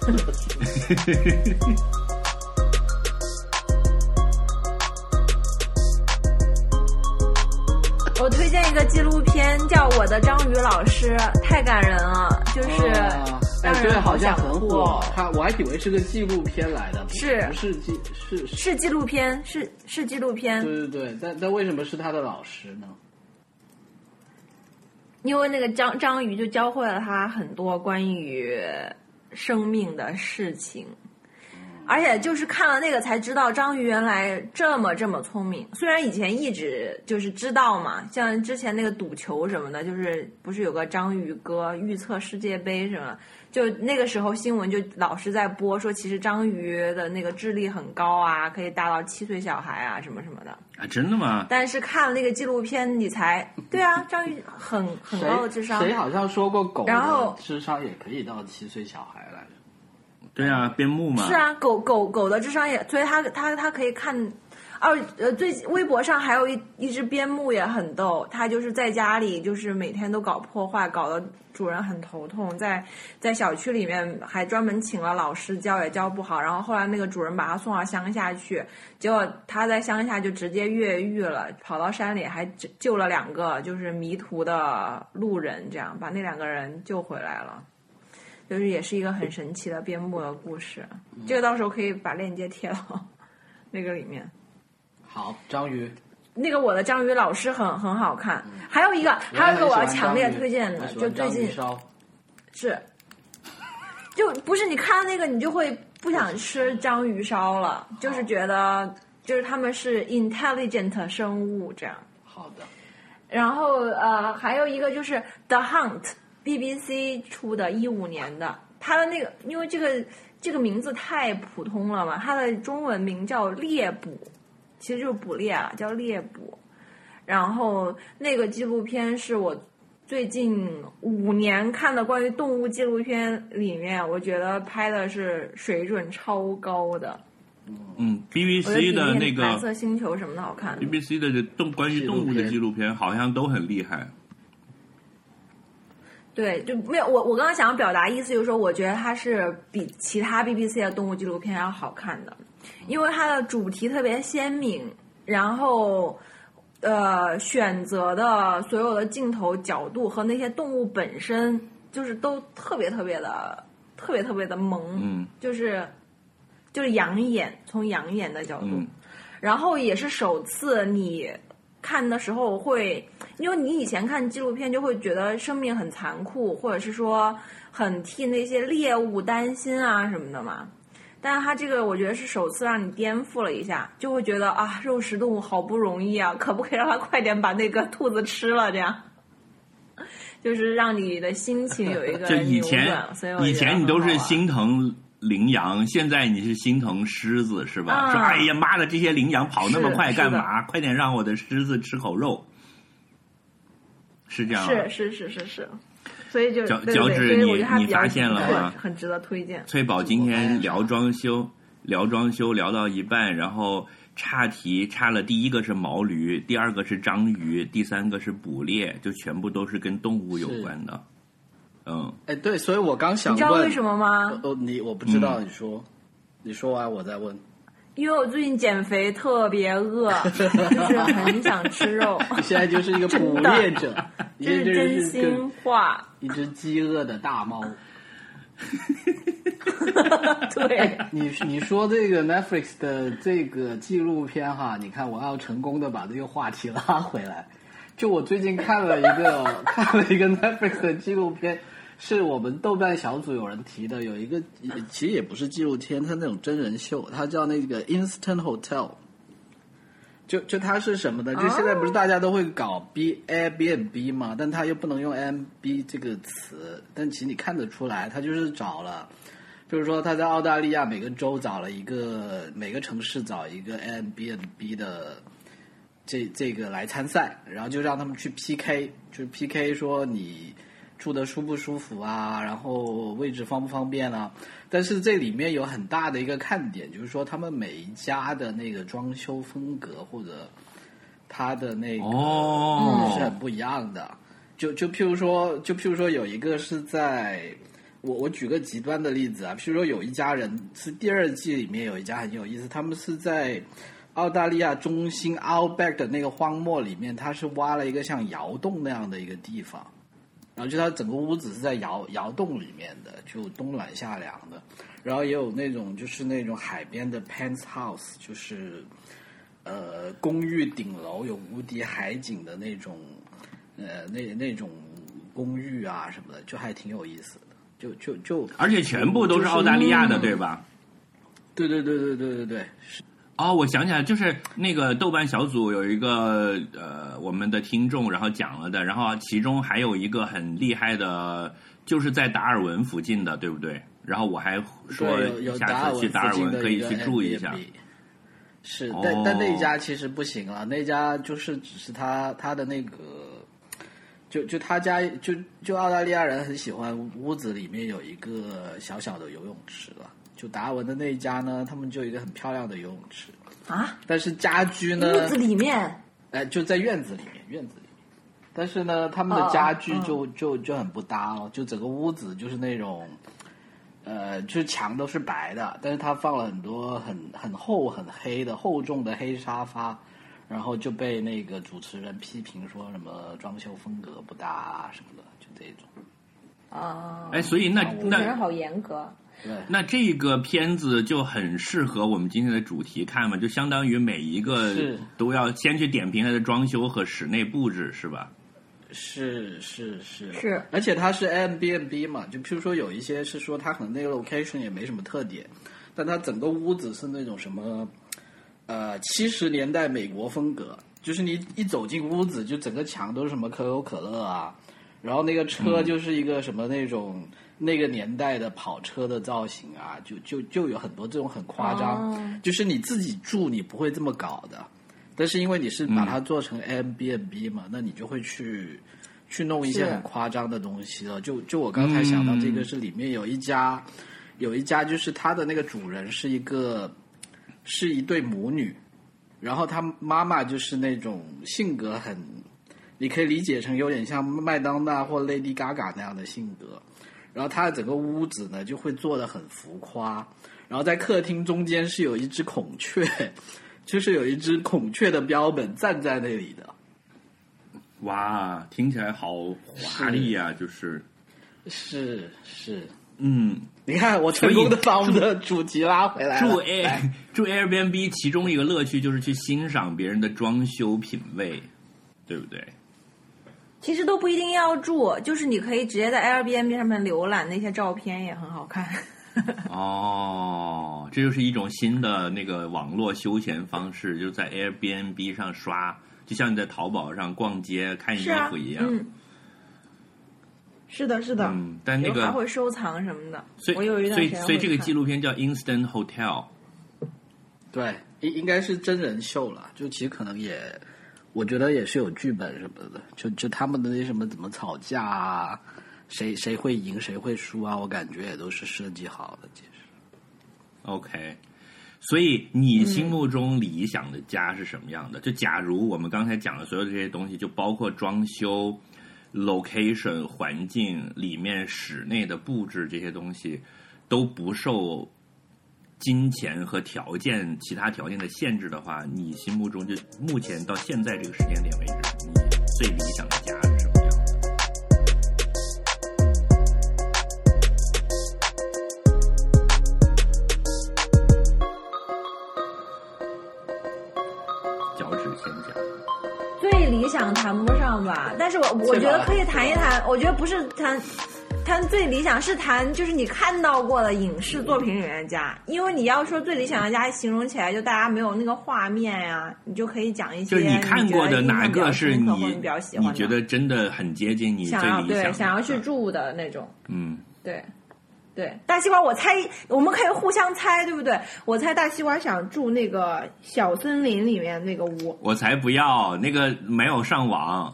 我推荐一个纪录片，叫《我的章鱼老师》，太感人了，就是让人好像很火。我还以为是个纪录片来的， 是纪录片，是纪录片。 对对对，但为什么是他的老师呢？ 因为那个章鱼就教会了他很多关于生命的事情。而且就是看了那个才知道章鱼原来这么聪明，虽然以前一直就是知道嘛，像之前那个赌球什么的，就是不是有个章鱼哥预测世界杯什么，就那个时候新闻就老是在播说，其实章鱼的那个智力很高啊，可以达到7岁小孩啊什么什么的啊，真的吗？ 但是看了那个纪录片，你才对啊，章鱼很高的智商。 谁好像说过狗然后的智商也可以到7岁小孩来着？ 对啊，边牧嘛。 是啊，狗的智商也，所以它可以看。最微博上还有一只边牧也很逗，它就是在家里就是每天都搞破坏，搞得主人很头痛，在小区里面还专门请了老师教，也教不好，然后后来那个主人把它送到乡下去，结果他在乡下就直接越狱了，跑到山里还救了2个就是迷途的路人，这样把那2个人救回来了。就是也是一个很神奇的边牧的故事，这个到时候可以把链接贴到那个里面。 好，章鱼， 那个我的章鱼老师很好看，还有一个我要强烈推荐的，就最近是，就不是你看那个你就会不想吃章鱼烧了，就是觉得就是他们是 intelligent 生物这样。 好的。 然后还有一个就是 The Hunt。BBC 出的15年的，它的那个因为这个名字太普通了嘛，它的中文名叫猎捕，其实就是捕猎了，叫猎捕。然后那个纪录片是我最近5年看的关于动物纪录片里面，我觉得拍的是水准超高的。 BBC 的那个蓝色星球什么的好看。 BBC 的关于动物的纪录片好像都很厉害。 对，就没有我刚刚想要表达意思就是说，我觉得它是比其他 BBC 的动物纪录片要好看的，因为它的主题特别鲜明，然后选择的所有的镜头角度和那些动物本身就是都特别的萌，就是养眼，从养眼的角度，然后也是首次你看的时候会，因为你以前看纪录片就会觉得生命很残酷，或者是说很替那些猎物担心啊什么的嘛。但是它这个我觉得是首次让你颠覆了一下，就会觉得啊，肉食动物好不容易啊，可不可以让它快点把那个兔子吃了？这样，就是让你的心情有一个扭转。所以以前你都是心疼羚羊，现在你是心疼狮子是吧？说哎呀妈的，这些羚羊跑那么快干嘛？快点让我的狮子吃口肉，是这样吗？ 是，所以就脚趾你发现了吗？ 很值得推荐。 翠宝今天聊装修聊到一半，然后岔题岔了，第一个是毛驴，第二个是章鱼，第三个是捕猎，就全部都是跟动物有关的。 对，所以我刚想问， 你知道为什么吗？ 我不知道，你说完我再问。 因为我最近减肥特别饿，就是很想吃肉。 你现在就是一个捕猎者， 这是真心话。 一只饥饿的大猫。 对， 你说这个 Netflix 的这个纪录片哈，你看我要成功的把这个话题拉回来。就我最近看了一个 Netflix 的纪录片，是我们豆瓣小组有人提的，有一个其实也不是纪录片，它那种真人秀，它叫那个 Instant Hotel。就它是什么呢？就现在不是大家都会搞 Airbnb 嘛，但它又不能用 Airbnb 这个词，但其实你看得出来，它就是找了，比如说他在澳大利亚每个州找了每个城市找一个 Airbnb 的这个来参赛，然后就让他们去 PK， 就是 PK 说你住的舒不舒服啊，然后位置方不方便啊。但是这里面有很大的一个看点，就是说他们每一家的那个装修风格或者他的那个是很不一样的。就譬如说有一个是在我举个极端的例子啊，譬如说有一家人是第2季里面有一家很有意思，他们是在澳大利亚中心 Outback 的那个荒漠里面，他是挖了一个像窑洞那样的一个地方。然后就它整个屋子是在窑洞里面的，就冬暖夏凉的。然后也有那种就是那种海边的 penthouse， 就是公寓顶楼有无敌海景的那种那种公寓啊什么的，就还挺有意思的。 就， 而且全部都是澳大利亚的，对吧？ 对，是。 哦，我想起来，就是那个豆瓣小组有一个我们的听众，然后讲了的，然后其中还有一个很厉害的，就是在达尔文附近的，对不对？然后我还说下次去达尔文可以去住一下。 是，但那家其实不行了，那家就是只是他的那个，就他家就澳大利亚人很喜欢屋子里面有一个小小的游泳池了。就达尔文的那一家呢，他们就有一个很漂亮的游泳池啊， 但是家居呢， 屋子里面， 就在院子里面，但是呢，他们的家具就很不搭哦，就整个屋子就是那种，就是墙都是白的，但是他放了很多很厚很黑的厚重的黑沙发，然后就被那个主持人批评说什么装修风格不搭啊什么的，就这种。 所以那主持人好严格。 对， 那这个片子就很适合我们今天的主题看嘛，就相当于每一个都要先去点评它的装修和室内布置，是吧？ 是， 而且它是 Airbnb 嘛，就譬如说有一些是说它可能那个 location 也没什么特点，但它整个屋子是那种什么70年代美国风格，就是你一走进屋子，就整个墙都是什么可口可乐啊，然后那个车就是一个什么那种。那个年代的跑车的造型啊，就有很多这种很夸张，就是你自己住你不会这么搞的，但是因为你是把它做成 Airbnb 嘛，那你就会去弄一些很夸张的东西了。就我刚才想到这个是里面有一家就是他的那个主人是一对母女，然后他妈妈就是那种性格很，你可以理解成有点像麦当娜或 Lady Gaga 那样的性格。然后它的整个屋子呢就会做得很浮夸，然后在客厅中间是有一只孔雀，就是有一只孔雀的标本站在那里的。 哇，听起来好华丽啊！ 是， 你看我成功的把我们的主题拉回来了。 住 Airbnb 其中一个乐趣就是去欣赏别人的装修品味，对不对？ 其实都不一定要住，就是你可以直接在 Airbnb 上面浏览那些照片，也很好看。 哦，这就是一种新的那个网络休闲方式，就是在 Airbnb 上刷，就像你在淘宝上逛街看衣服一样。 是的。 但那个还会收藏什么的。 所以这个纪录片叫 Instant Hotel。 对，应该是真人秀了，就其实可能也。我觉得也是有剧本什么的，就他们的那什么怎么吵架啊，谁会赢谁会输啊，我感觉也都是设计好的。其实 ，OK， 所以你心目中理想的家是什么样的？就假如我们刚才讲的所有这些东西，就包括装修、location 环境里面室内的布置这些东西，都不受金钱和其他条件的限制的话，你心目中就目前到现在这个时间点为止，你最理想的家是什么样的？脚趾先讲。 最理想谈不上吧，但是我觉得可以谈一谈。我觉得不是谈最理想，是谈就是你看到过的影视作品里面的家，因为你要说最理想的家形容起来就大家没有那个画面呀，你就可以讲一些就你看过的哪个是你比较喜欢的， 你觉得真的很接近你最理想的， 想要去住的那种。对，大西瓜我猜我们可以互相猜，对不对？我猜大西瓜想住那个小森林里面那个屋， 我才不要，那个没有上网。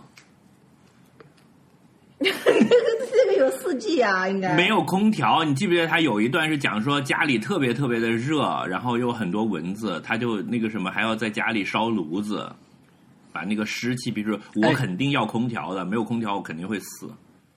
这个有4G 啊，应该没有空调。你记不记得他有一段是讲说家里特别特别的热，然后又很多蚊子，他就那个什么还要在家里烧炉子，把那个湿气，比如说我肯定要空调的，没有空调我肯定会死。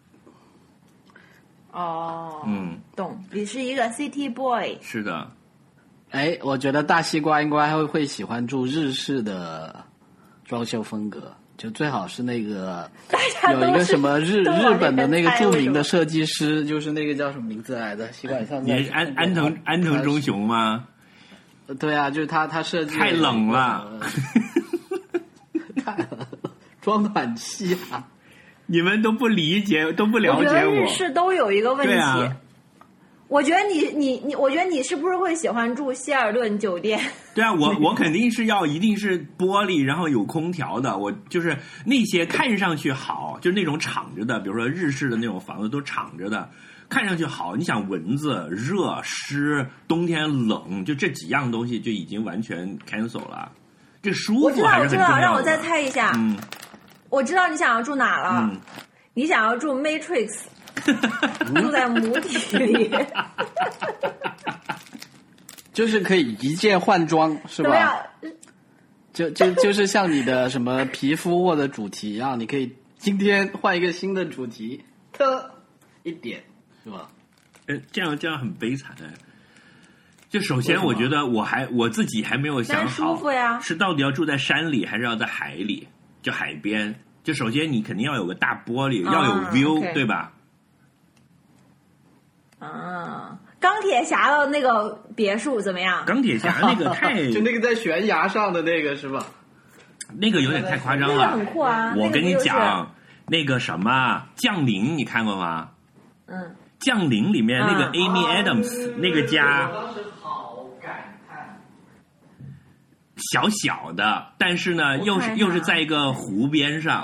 懂，你是一个 City Boy。 是的。 我觉得大西瓜应该会喜欢住日式的装修风格。就最好是那个有一个什么日本的那个著名的设计师，就是那个叫什么名字来的？西瓜上你是安藤忠雄吗？ 对啊，就是他设计。 太冷了， 太冷了，装暖气啊！ 你们都不理解，都不了解我觉得日式都有一个问题。 对啊， 我觉得我觉得你是不是会喜欢住希尔顿酒店？ 对啊，我肯定是一定是玻璃，然后有空调的。我就是那些看上去好，就是那种敞着的，比如说日式的那种房子都敞着的，看上去好。你想蚊子、热、湿，冬天冷，就这几样东西就已经完全 cancel 了。这舒服还是很重要的。 我知道，让我再猜一下。我知道你想要住哪了。你想要住 Matrix。住在母体里， 就是可以一键换装，是吧？就是像你的什么皮肤或者主题一样，你可以今天换一个新的主题，一点，是吧？ 这样很悲惨。就首先，我觉得我自己还没有想好， 舒服呀， 是到底要住在山里还是要在海里？就海边，就首先你肯定要有个大玻璃，要有 view， okay 对吧？ 钢铁侠的那个别墅怎么样？ 钢铁侠那个太就那个在悬崖上的那个是吧？ 那个有点太夸张了， 那个很酷啊！ 我跟你讲，那个什么降临你看过吗？降临里面那个 Amy Adams 那个家， 当时好感叹， 小小的，但是呢又是在一个湖边上。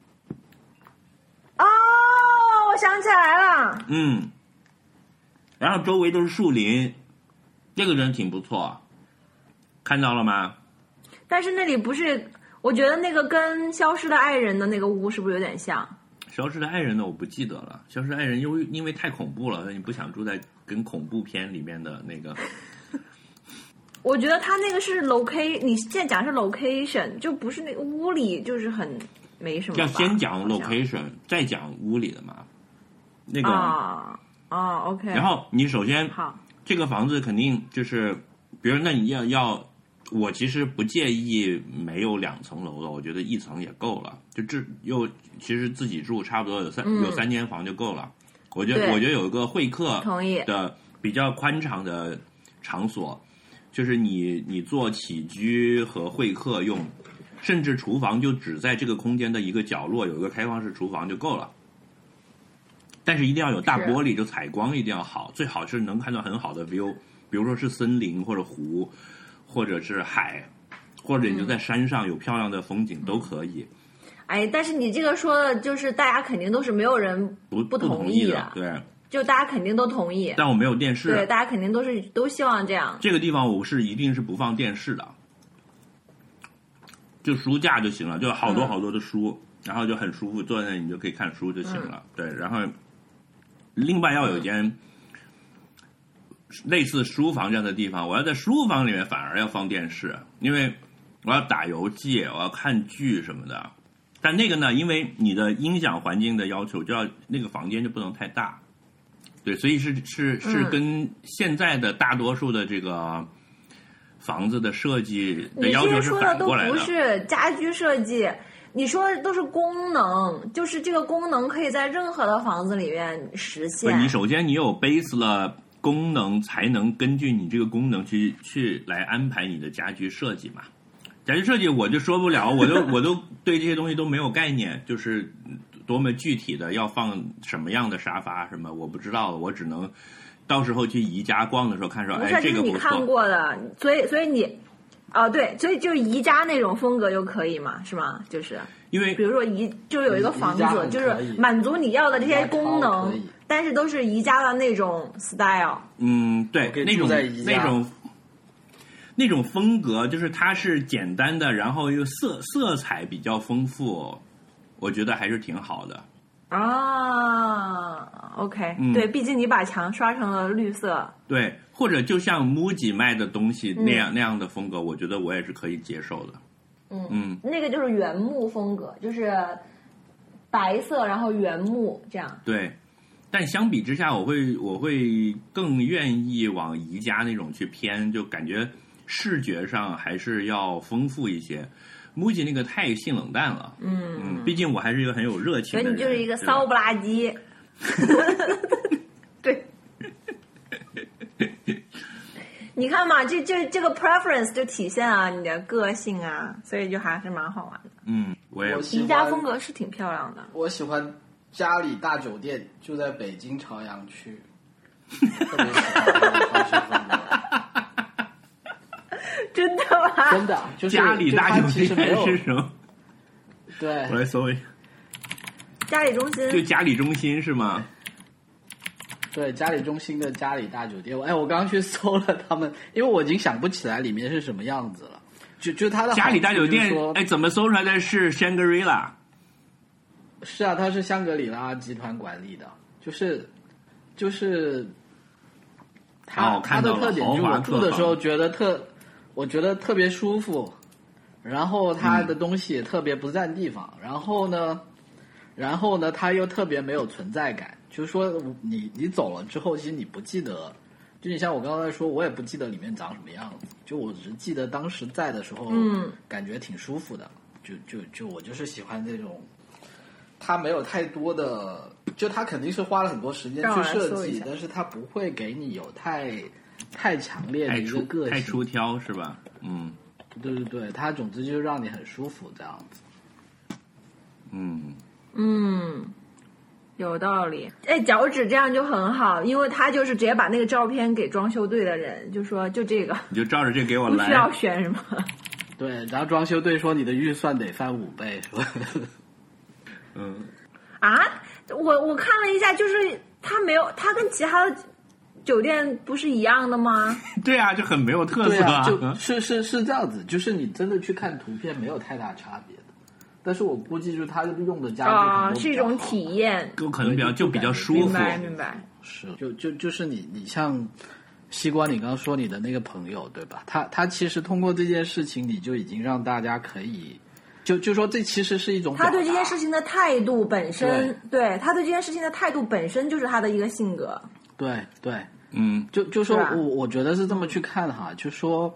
哦，我想起来了。 然后周围都是树林，这个人挺不错，看到了吗？ 但是那里不是，我觉得那个跟《消失的爱人》的那个屋是不是有点像？ 消失的爱人呢，我不记得了。消失的爱人因为太恐怖了，你不想住在跟恐怖片里面的那个。 我觉得他那个是 你现在讲是 location， 就不是那个屋里，就是很没什么吧。 要先讲 location， 再讲屋里的嘛。那个 OK。 然后你首先好， 这个房子肯定就是，比如那你要，我其实不介意没有2层楼的，我觉得1层也够了。就其实自己住差不多有3间房就够了。我觉得有一个会客的比较宽敞的场所，就是你做起居和会客用，甚至厨房就只在这个空间的一个角落有一个开放式厨房就够了。但是一定要有大玻璃，就采光一定要好，最好是能看到很好的 view， 比如说是森林或者湖，或者是海，或者你就在山上有漂亮的风景都可以。 但是你这个说的就是大家肯定都是没有人不同意的， 对， 就大家肯定都同意。 但我没有电视， 对，大家肯定都希望这样。 这个地方我一定是不放电视的，就书架就行了，就好多好多的书，然后就很舒服，坐在那里你就可以看书就行了。对，然后另外要有一间类似书房这样的地方，我要在书房里面反而要放电视，因为我要打游戏，我要看剧什么的。但那个呢，因为你的音响环境的要求，就要那个房间就不能太大。对，所以是跟现在的大多数的这个房子的设计的要求是反过来的。 你这说的都不是家居设计，你说的都是功能，就是这个功能可以在任何的房子里面实现。 你首先你有 base 了功能，才能根据你这个功能去来安排你的家居设计嘛。家居设计我就说不了，我都对这些东西都没有概念，就是多么具体的要放什么样的沙发什么我不知道，我只能到时候去宜家逛的时候看说，这个不错。 你看过的，所以你对，所以就是宜家那种风格就可以嘛，是吗？就是因为比如说就有一个房子，就是满足你要的这些功能，但是都是宜家的那种 style。 对，那种风格，就是它是简单的，然后又色彩比较丰富，我觉得还是挺好的。 OK，对，毕竟你把墙刷成了绿色。 对，或者就像 MUJI 卖的东西那样的风格，我觉得我也是可以接受的。 那个就是原木风格，就是白色然后原木这样。 对，但相比之下，我会更愿意往宜家那种去偏，就感觉视觉上还是要丰富一些。MUJI 那个太性冷淡了，毕竟我还是一个很有热情的人， 所以你就是一个骚不拉几。对， 你看嘛，这个 preference 就体现了你的个性啊，所以就还是蛮好玩的。 我也宜家风格是挺漂亮的。 我喜欢嘉里大酒店，就在北京朝阳区，特别喜欢它的装修风格。 真的吗？ 真的，就是嘉里大酒其实没有店是什么？ 对， 我来搜一下。 嘉里中心， 就嘉里中心是吗？ 对，嘉里中心的嘉里大酒店，我刚刚去搜了他们，因为我已经想不起来里面是什么样子了。就它的嘉里大酒店，怎么搜出来的是 Shangri-La？ 是啊，它是香格里拉集团管理的，就是它的特点就是我住的时候我觉得特别舒服，然后它的东西也特别不占地方，然后呢它又特别没有存在感，就是说你走了之后，其实你不记得，就你像我刚才说，我也不记得里面长什么样子，就我只是记得当时在的时候，感觉挺舒服的，就我就是喜欢这种，它没有太多的，就它肯定是花了很多时间去设计，但是它不会给你有太强烈的一个个性， 太出挑是吧？ 对，它总之就让你很舒服这样子。 有道理。脚趾这样就很好，因为他就是直接把那个照片给装修队的人，就说就这个， 你就照着这给我来， 不需要选什么。 对，然后装修队说你的预算得翻5倍，是吧？ 我看了一下，就是他没有，他跟其他的酒店不是一样的吗？ 对啊，就很没有特色对啊，就是这样子，就是你真的去看图片没有太大差别的，但是我估计就是他用的家具是一种体验， 有可能比较舒服。 明白。 是，就是你像西瓜，你刚刚说你的那个朋友对吧？他其实通过这件事情，你就已经让大家可以。就说这其实是一种他对这件事情的态度本身，对他对这件事情的态度本身就是他的一个性格。 对，就说我觉得是这么去看哈，就说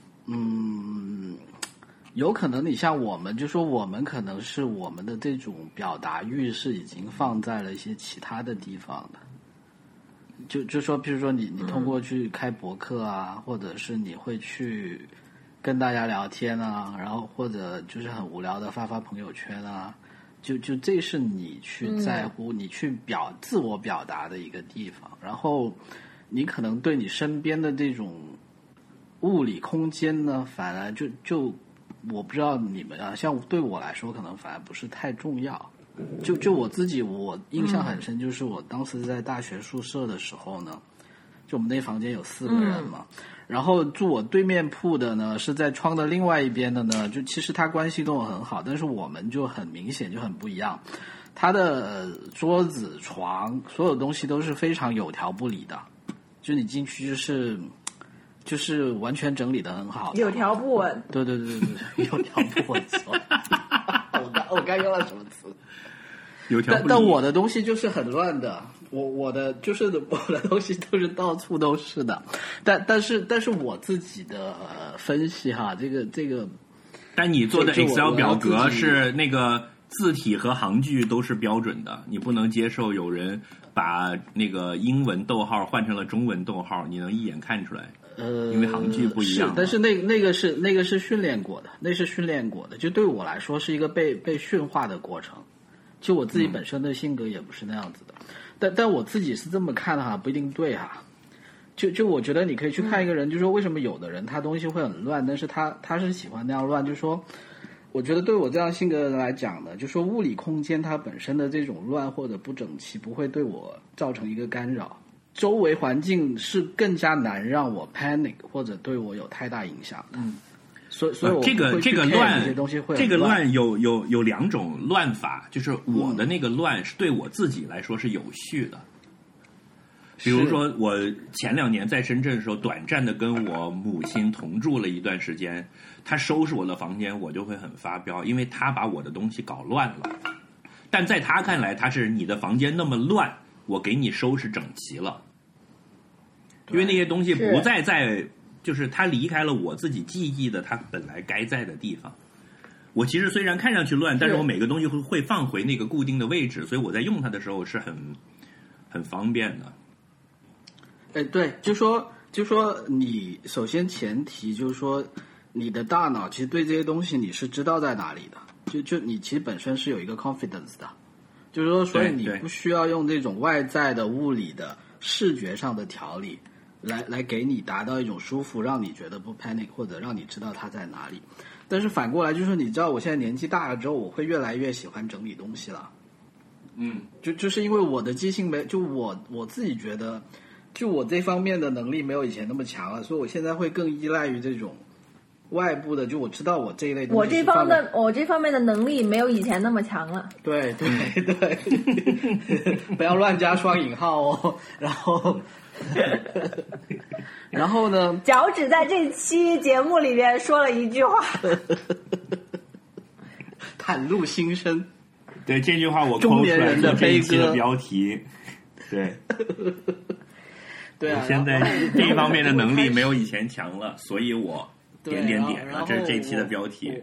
有可能你像我们，就说我们可能是我们的这种表达欲是已经放在了一些其他的地方的。就说，比如说你通过去开博客啊，或者是你会去跟大家聊天啊，然后或者就是很无聊的发朋友圈啊，就这是你去在乎、你去自我表达的一个地方。然后你可能对你身边的这种物理空间呢，反而就我不知道你们啊，像对我来说可能反而不是太重要。就我自己，我印象很深，就是我当时在大学宿舍的时候呢，就我们那房间有4个人嘛，然后住我对面铺的呢是在窗的另外一边的呢，就其实他关系跟我很好，但是我们就很明显就很不一样。他的桌子、床，所有东西都是非常有条不紊的，就你进去就是完全整理的很好的， 有条不紊。 对，有条不紊。我该用了什么词？ 有条不紊。 但我的东西就是很乱的，我的东西都是到处都是的。但是我自己的分析哈，这个。 但你做的 Excel 表格是那个字体和行距都是标准的，你不能接受有人把那个英文逗号换成了中文逗号，你能一眼看出来。因为行距不一样。 但是那个是训练过的，那是训练过的，就对我来说是一个被驯化的过程。就我自己本身的性格也不是那样子的，但我自己是这么看的哈，不一定对哈。就我觉得你可以去看一个人，就说为什么有的人他东西会很乱，但是他是喜欢那样乱，就说我觉得对我这样性格的人来讲呢，就说物理空间它本身的这种乱或者不整齐不会对我造成一个干扰，周围环境是更加难让我 panic 或者对我有太大影响的。所以我这个乱， 这些东西会这个乱有2种乱法，就是我的那个乱是对我自己来说是有序的。比如说我前2年在深圳的时候，短暂的跟我母亲同住了一段时间，她收拾我的房间，我就会很发飙，因为她把我的东西搞乱了。但在她看来，她是你的房间那么乱，我给你收拾整齐了，因为那些东西不再在，就是它离开了我自己记忆的它本来该在的地方。我其实虽然看上去乱，但是我每个东西会放回那个固定的位置，所以我在用它的时候是很方便的。 对，就说就说你首先前提就是说，你的大脑其实对这些东西你是知道在哪里的，就你其实本身是有一个 confidence 的，就是说，所以你不需要用这种外在的物理的视觉上的调理来给你达到一种舒服，让你觉得不 panic 或者让你知道它在哪里。但是反过来就是说，你知道我现在年纪大了之后，我会越来越喜欢整理东西了。就是因为我的记性没，就我自己觉得，就我这方面的能力没有以前那么强了，所以我现在会更依赖于这种外部的，就我知道我这一类东西。 我这方面的能力没有以前那么强了。 对，不要乱加双引号哦。然后呢？ 脚趾在这期节目里面说了一句话， 袒露心声。 对，这句话我抠出来做这一期的标题。对， 对啊， 我现在这一方面的能力没有以前强了，所以我点了，这是这一期的标题。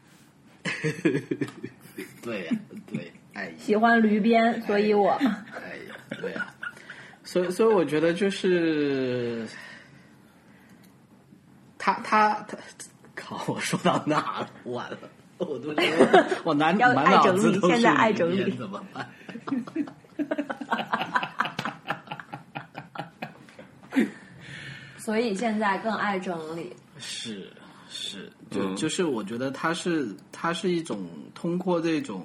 对呀，对，哎， 喜欢驴鞭，所以我， 哎呀，对呀，所以我觉得就是他，靠，我说到哪了？完了。我都觉得我满脑子都是现在爱整理怎么办？ 所以现在更爱整理。 是，就是我觉得它是一种通过这种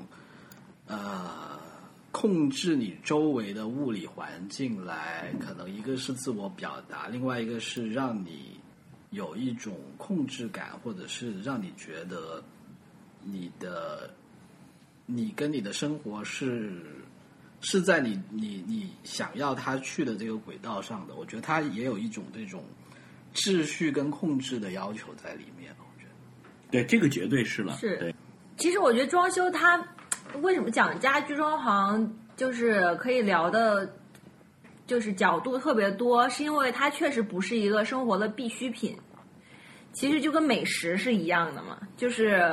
控制你周围的物理环境来，可能一个是自我表达，另外一个是让你有一种控制感，或者是让你觉得。你跟你的生活是在你想要他去的这个轨道上的，我觉得他也有一种这种秩序跟控制的要求在里面。我觉得， 对，这个绝对是了。 是， 对。 其实我觉得装修它为什么讲家居装潢，就是可以聊的，就是角度特别多，是因为它确实不是一个生活的必需品。其实就跟美食是一样的嘛，就是。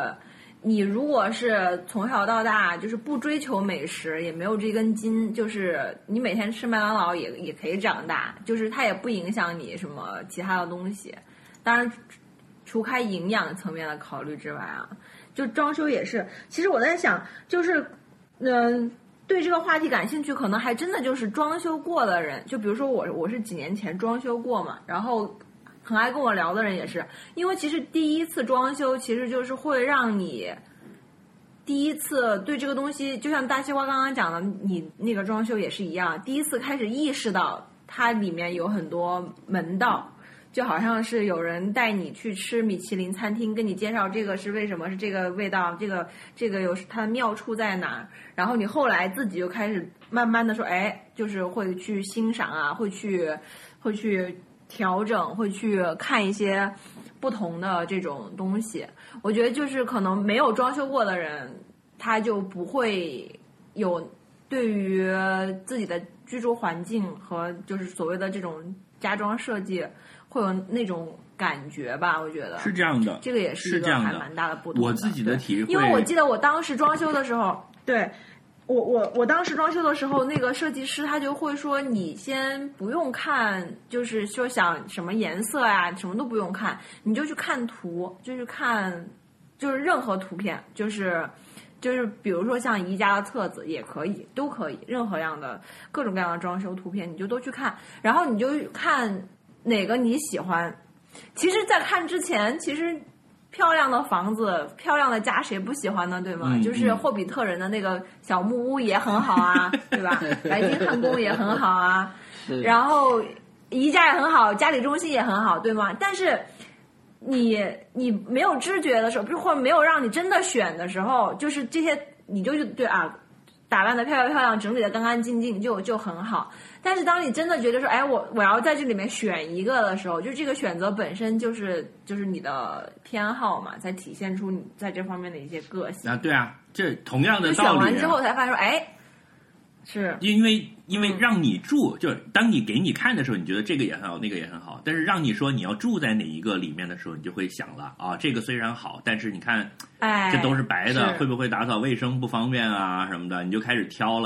你如果是从小到大就是不追求美食，也没有这根筋，就是你每天吃麦当劳也可以长大，就是它也不影响你什么其他的东西。当然，除开营养层面的考虑之外啊，就装修也是。其实我在想，就是对这个话题感兴趣，可能还真的就是装修过的人。就比如说我是几年前装修过嘛，然后。很爱跟我聊的人也是，因为其实第一次装修其实就是会让你第一次对这个东西，就像大西瓜刚刚讲的，你那个装修也是一样，第一次开始意识到它里面有很多门道，就好像是有人带你去吃米其林餐厅，跟你介绍这个是为什么是这个味道，这个有它的妙处在哪儿，然后你后来自己就开始慢慢的说，哎，就是会去欣赏啊，会去调整，会去看一些不同的这种东西。我觉得就是可能没有装修过的人，他就不会有对于自己的居住环境和就是所谓的这种家装设计会有那种感觉吧。我觉得是这样的， 这个也是一个还蛮大的不同的。 我自己的体会， 因为我记得我当时装修的时候，对。我当时装修的时候，那个设计师他就会说，你先不用看，就是说想什么颜色呀，什么都不用看，你就去看图，就是看，就是任何图片，就是比如说像宜家的册子也可以，都可以，任何样的各种各样的装修图片，你就都去看，然后你就看哪个你喜欢。其实，在看之前，其实。漂亮的房子，漂亮的家，谁不喜欢呢？对吗？就是霍比特人的那个小木屋也很好啊，对吧？白金汉宫也很好啊，然后宜家也很好，嘉里中心也很好，对吗？但是你没有知觉的时候，或者没有让你真的选的时候，就是这些你就对啊，打扮的漂亮，整理的干干净净就很好。但是当你真的觉得说，哎，我要在这里面选一个的时候，就这个选择本身就是你的偏好嘛，才体现出你在这方面的一些个性啊。对啊，这同样的道理。 选完之后才发现说，哎，是因为让你住，就是当你给你看的时候，你觉得这个也很好，那个也很好，但是让你说你要住在哪一个里面的时候，你就会想了啊，这个虽然好，但是你看， 哎， 这都是白的，会不会打扫卫生不方便啊什么的，你就开始挑了。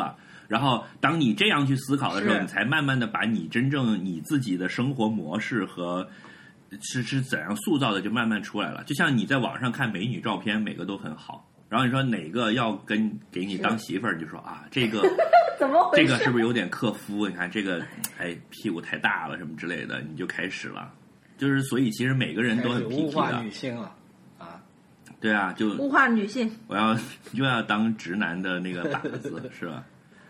然后当你这样去思考的时候，你才慢慢的把你真正你自己的生活模式和是怎样塑造的就慢慢出来了。就像你在网上看美女照片，每个都很好，然后你说哪个要给你当媳妇儿，你就说啊这个怎么回事？ 这个是不是有点克夫？你看这个屁股太大了什么之类的，你就开始了。就是所以其实每个人都很物 PT 化的女性了啊！ 对啊，就物化女性， 我就要当直男的那个靶子是吧？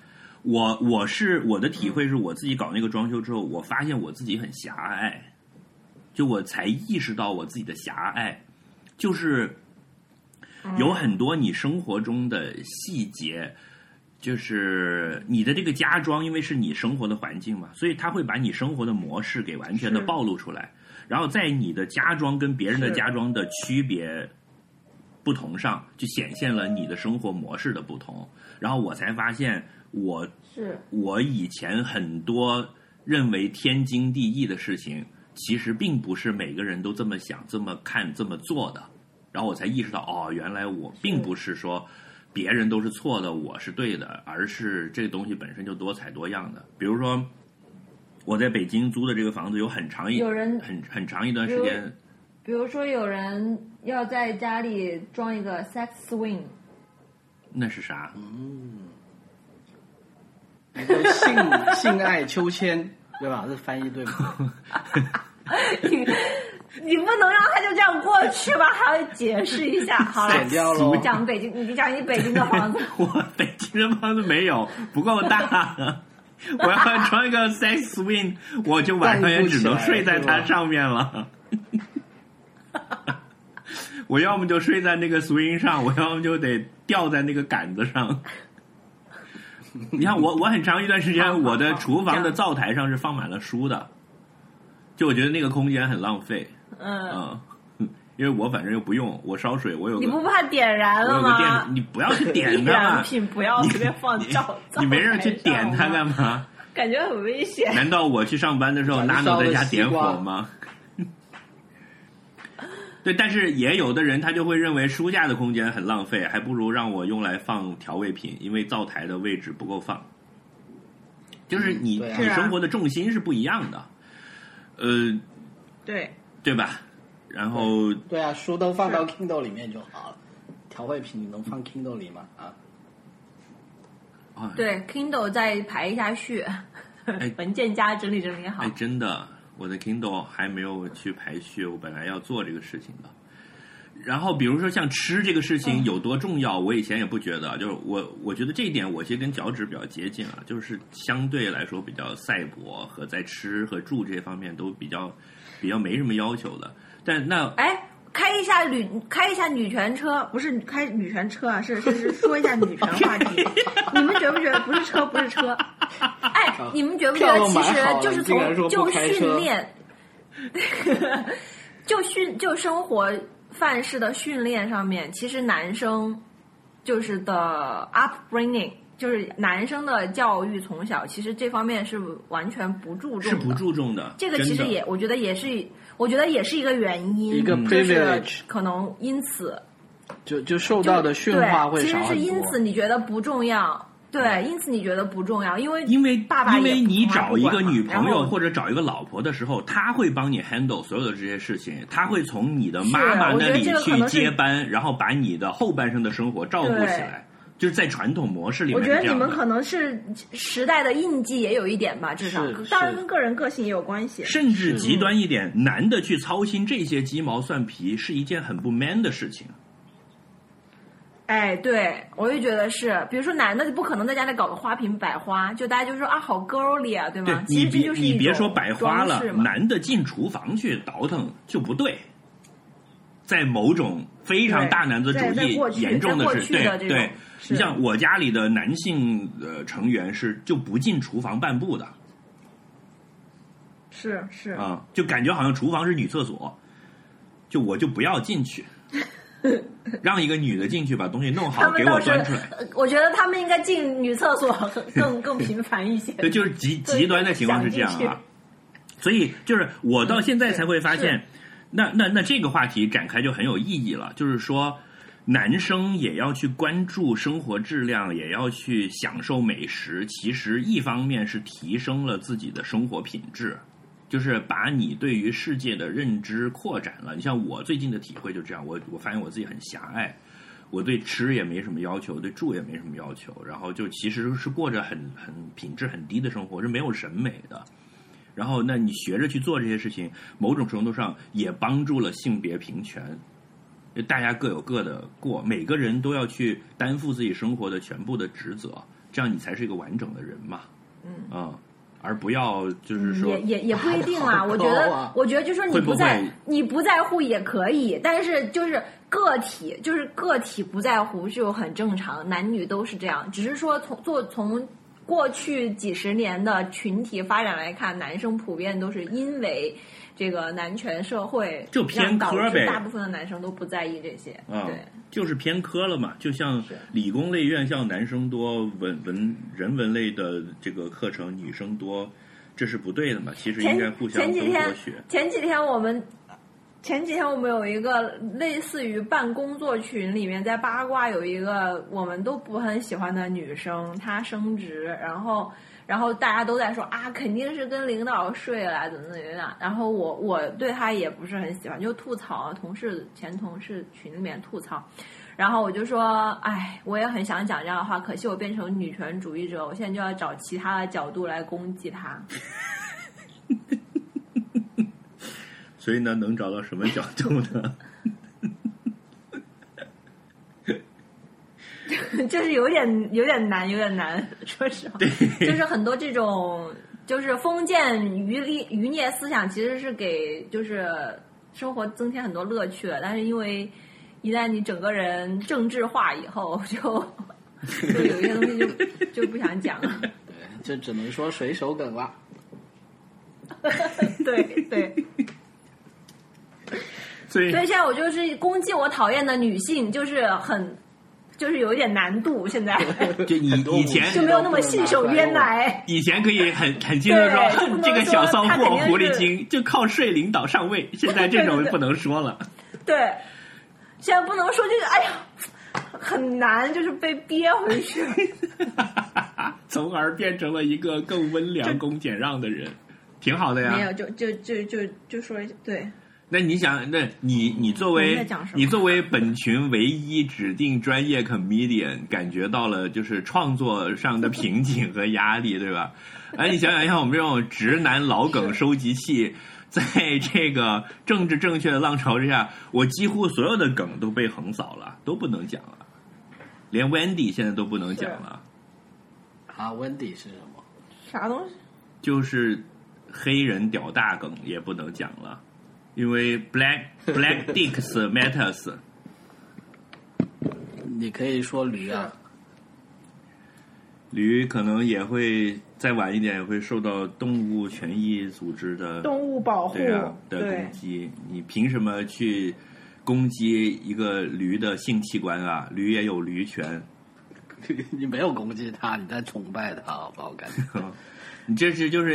我的体会是我自己搞那个装修之后，我发现我自己很狭隘，就我才意识到我自己的狭隘，就是有很多你生活中的细节，就是你的这个家装，因为是你生活的环境嘛，所以它会把你生活的模式给完全的暴露出来。然后在你的家装跟别人的家装的区别不同上，就显现了你的生活模式的不同。然后我才发现我以前很多认为天经地义的事情，其实并不是每个人都这么想、这么看、这么做的。然后我才意识到，哦，原来我并不是说别人都是错的，我是对的，而是这个东西本身就多彩多样的。比如说我在北京租的这个房子有很长一段时间， 比如说有人要在家里装一个 sex swing， 那是啥？ 性爱秋千，对吧？这翻译对吗？ 你不能让他就这样过去吧，还要解释一下。好了， 剪掉喽。 你讲北京的房子。 我北京的房子没有，不够大。我要装一个 sex swing， 我就晚上也只能睡在它上面了。我要么就睡在那个 swing 上，我要么就得吊在那个杆子上。你看我很长一段时间，我的厨房的灶台上是放满了书的，就我觉得那个空间很浪费。因为我反正又不用，我烧水，我有个， 你不怕点燃了吗？ 我有个电，你不要去点它嘛， 易燃品不要随便放灶你没人去点它干嘛？ 感觉很危险。 难道我去上班的时候拉诺在家点火吗？对，但是也有的人他就会认为书架的空间很浪费，还不如让我用来放调味品，因为灶台的位置不够放。就是你生活的重心是不一样的，对吧？然后对啊，书都放到 Kindle 里面就好了，调味品你能放 Kindle 里吗？ 对 ，Kindle 再排一下序，文件夹整理好。 真的，我的 Kindle 还没有去排序，我本来要做这个事情的。然后比如说像吃这个事情有多重要，我以前也不觉得，就是我觉得这一点我其实跟脚趾比较接近了，就是相对来说比较赛博和在吃和住这些方面都比较没什么要求的。但那开一下女权车，不是开女权车啊，是说一下女权话题。你们觉不觉得不是车？你们觉不觉得其实就是就训练，就生活范式的训练上面，其实男生就是的 upbringing， 就是男生的教育从小其实这方面是完全不注重的， 是不注重的。 这个其实我觉得也是一个原因， 一个 privilege， 可能因此就受到的驯化会少很多。 其实是因此你觉得不重要。对，因此你觉得不重要，因为爸爸因为你找一个女朋友或者找一个老婆的时候，他会帮你 handle 所有的这些事情，他会从你的妈妈那里去接班，然后把你的后半生的生活照顾起来。就是在传统模式里面， 我觉得你们可能是时代的印记也有一点吧，至少当然跟个人个性也有关系。 甚至极端一点，男的去操心这些鸡毛蒜皮是一件很不 man 的事情。 对，我也觉得是。比如说男的就不可能在家里搞个花瓶摆花，就大家就说啊，好 girly 啊，对吗？ 对， 其实这就是一种你别说摆花了， 装饰嘛。 男的进厨房去倒腾就不对。在某种非常大男子主义严重的是，对，你像我家里的男性成员就不进厨房半步的。 是啊，就感觉好像厨房是女厕所，我就不要进去。让一个女的进去把东西弄好给我端出来。 我觉得他们应该进女厕所更频繁一些。 对，就是极端的情况是这样啊。所以就是我到现在才会发现，那这个话题展开就很有意义了。就是说， 男生也要去关注生活质量，也要去享受美食，其实一方面是提升了自己的生活品质，就是把你对于世界的认知扩展了。你像我最近的体会就这样，我发现我自己很狭隘，我对吃也没什么要求，对住也没什么要求，然后就其实是过着很品质很低的生活，是没有审美的。然后那你学着去做这些事情，某种程度上也帮助了性别平权。大家各有各的过，每个人都要去担负自己生活的全部的职责，这样你才是一个完整的人嘛。而不要就是说也不一定啊。我觉得就是说你不在乎也可以，但是就是个体不在乎就很正常，男女都是这样，只是说从过去几十年的群体发展来看，男生普遍都是因为这个男权社会就偏科呗， 大部分的男生都不在意这些，对， 就是偏科了嘛。就像理工类院校男生多，人文类的这个课程女生多，这是不对的嘛。其实应该互相都多学。 前几天我们有一个类似于办工作群，里面在八卦有一个我们都不很喜欢的女生，她升职，然后大家都在说啊，肯定是跟领导睡了，怎么样。然后我对她也不是很喜欢，就吐槽前同事群里面吐槽。然后我就说，哎，我也很想讲这样的话，可惜我变成女权主义者，我现在就要找其他的角度来攻击她。 所以呢，能找到什么角度呢？ 就是有点难，说实话，就是很多这种就是封建余孽思想，其实是给就是生活增添很多乐趣的，但是因为一旦你整个人政治化以后，就有一些东西就不想讲了。 对，就只能说随手梗了。 对。 所以现在我就是攻击我讨厌的女性，就是有一点难度。现在就以前就没有那么信手拈来， 以前可以很清楚说这个小骚货狐狸精就靠睡领导上位，现在这种不能说了。 对，现在不能说这个，哎呀，很难，就是被憋回去， 从而变成了一个更温良恭俭让的人，挺好的呀。 没有，就说对。 那你想，那你作为本群唯一指定专业 comedian， 感觉到了就是创作上的瓶颈和压力，对吧？哎，你想想，像我们这种直男老梗收集器，在这个政治正确的浪潮之下，我几乎所有的梗都被横扫了，都不能讲了，连 Wendy 现在都不能讲了。 啊 ，Wendy 是什么？ 啥东西？ 就是黑人屌大梗也不能讲了。因为 black dicks matters， 你可以说驴啊， 驴可能也会再晚一点也会受到动物权益组织的动物保护的攻击。你凭什么去攻击一个驴的性器官啊？驴也有驴权。 你没有攻击他，你在崇拜他，好不好？感觉你这是就是。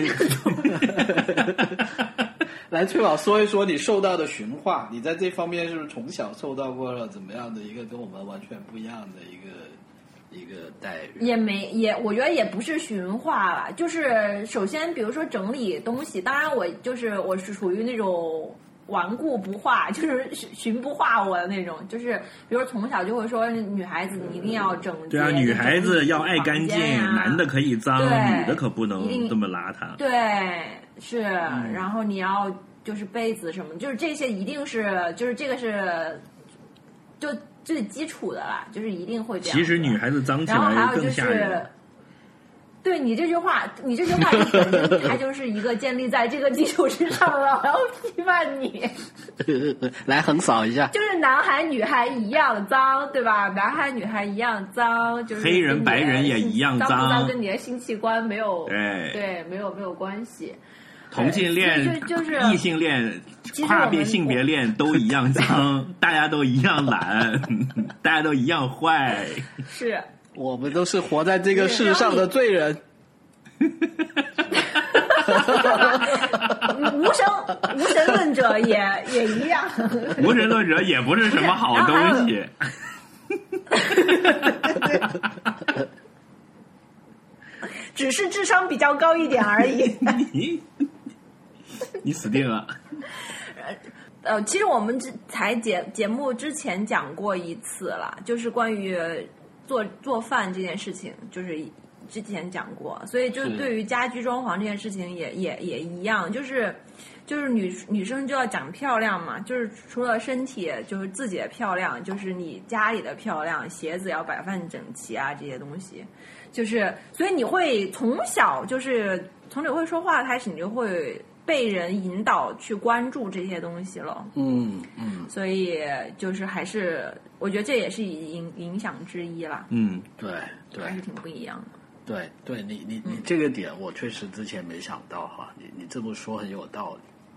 来，翠宝说一说你受到的驯化，你在这方面是不是从小受到过了怎么样的一个跟我们完全不一样的一个待遇？ 我觉得也不是驯化了，就是首先比如说整理东西，当然我是属于那种顽固不化，就是驯不化我的那种，就是比如说从小就会说女孩子你一定要整洁， 对啊，女孩子要爱干净，男的可以脏，女的可不能这么邋遢。 对，是，然后你要就是被子什么，就是这些一定是，就是这个是就最基础的啦，就是一定会这样。 其实女孩子脏起来更吓人。 对你这句话本身它就是一个建立在这个基础之上了，然后批判你。 来横扫一下， 就是男孩女孩一样脏，对吧？男孩女孩一样脏，就是黑人白人也一样脏， 脏不脏跟你的性器官没有对没有关系。 同性恋就是异性恋跨变性别恋都一样脏，大家都一样懒，大家都一样坏。 是。 我们都是活在这个世上的罪人。 无神论者也一样。 无神论者也不是什么好东西。 只是智商比较高一点而已。 你死定了。 其实我们才节目之前讲过一次了，就是关于做饭这件事情，就是之前讲过，所以就对于家居装潢这件事情也一样，就是女生就要讲漂亮嘛，就是除了身体，就是自己的漂亮，就是你家里的漂亮，鞋子要摆放整齐啊，这些东西，就是所以你会从小就是从你会说话开始，你就会被人引导去关注这些东西了。所以就是还是我觉得这也是影响之一啦。 对， 还是挺不一样的。 对，你这个点我确实之前没想到哈，你这么说很有道理。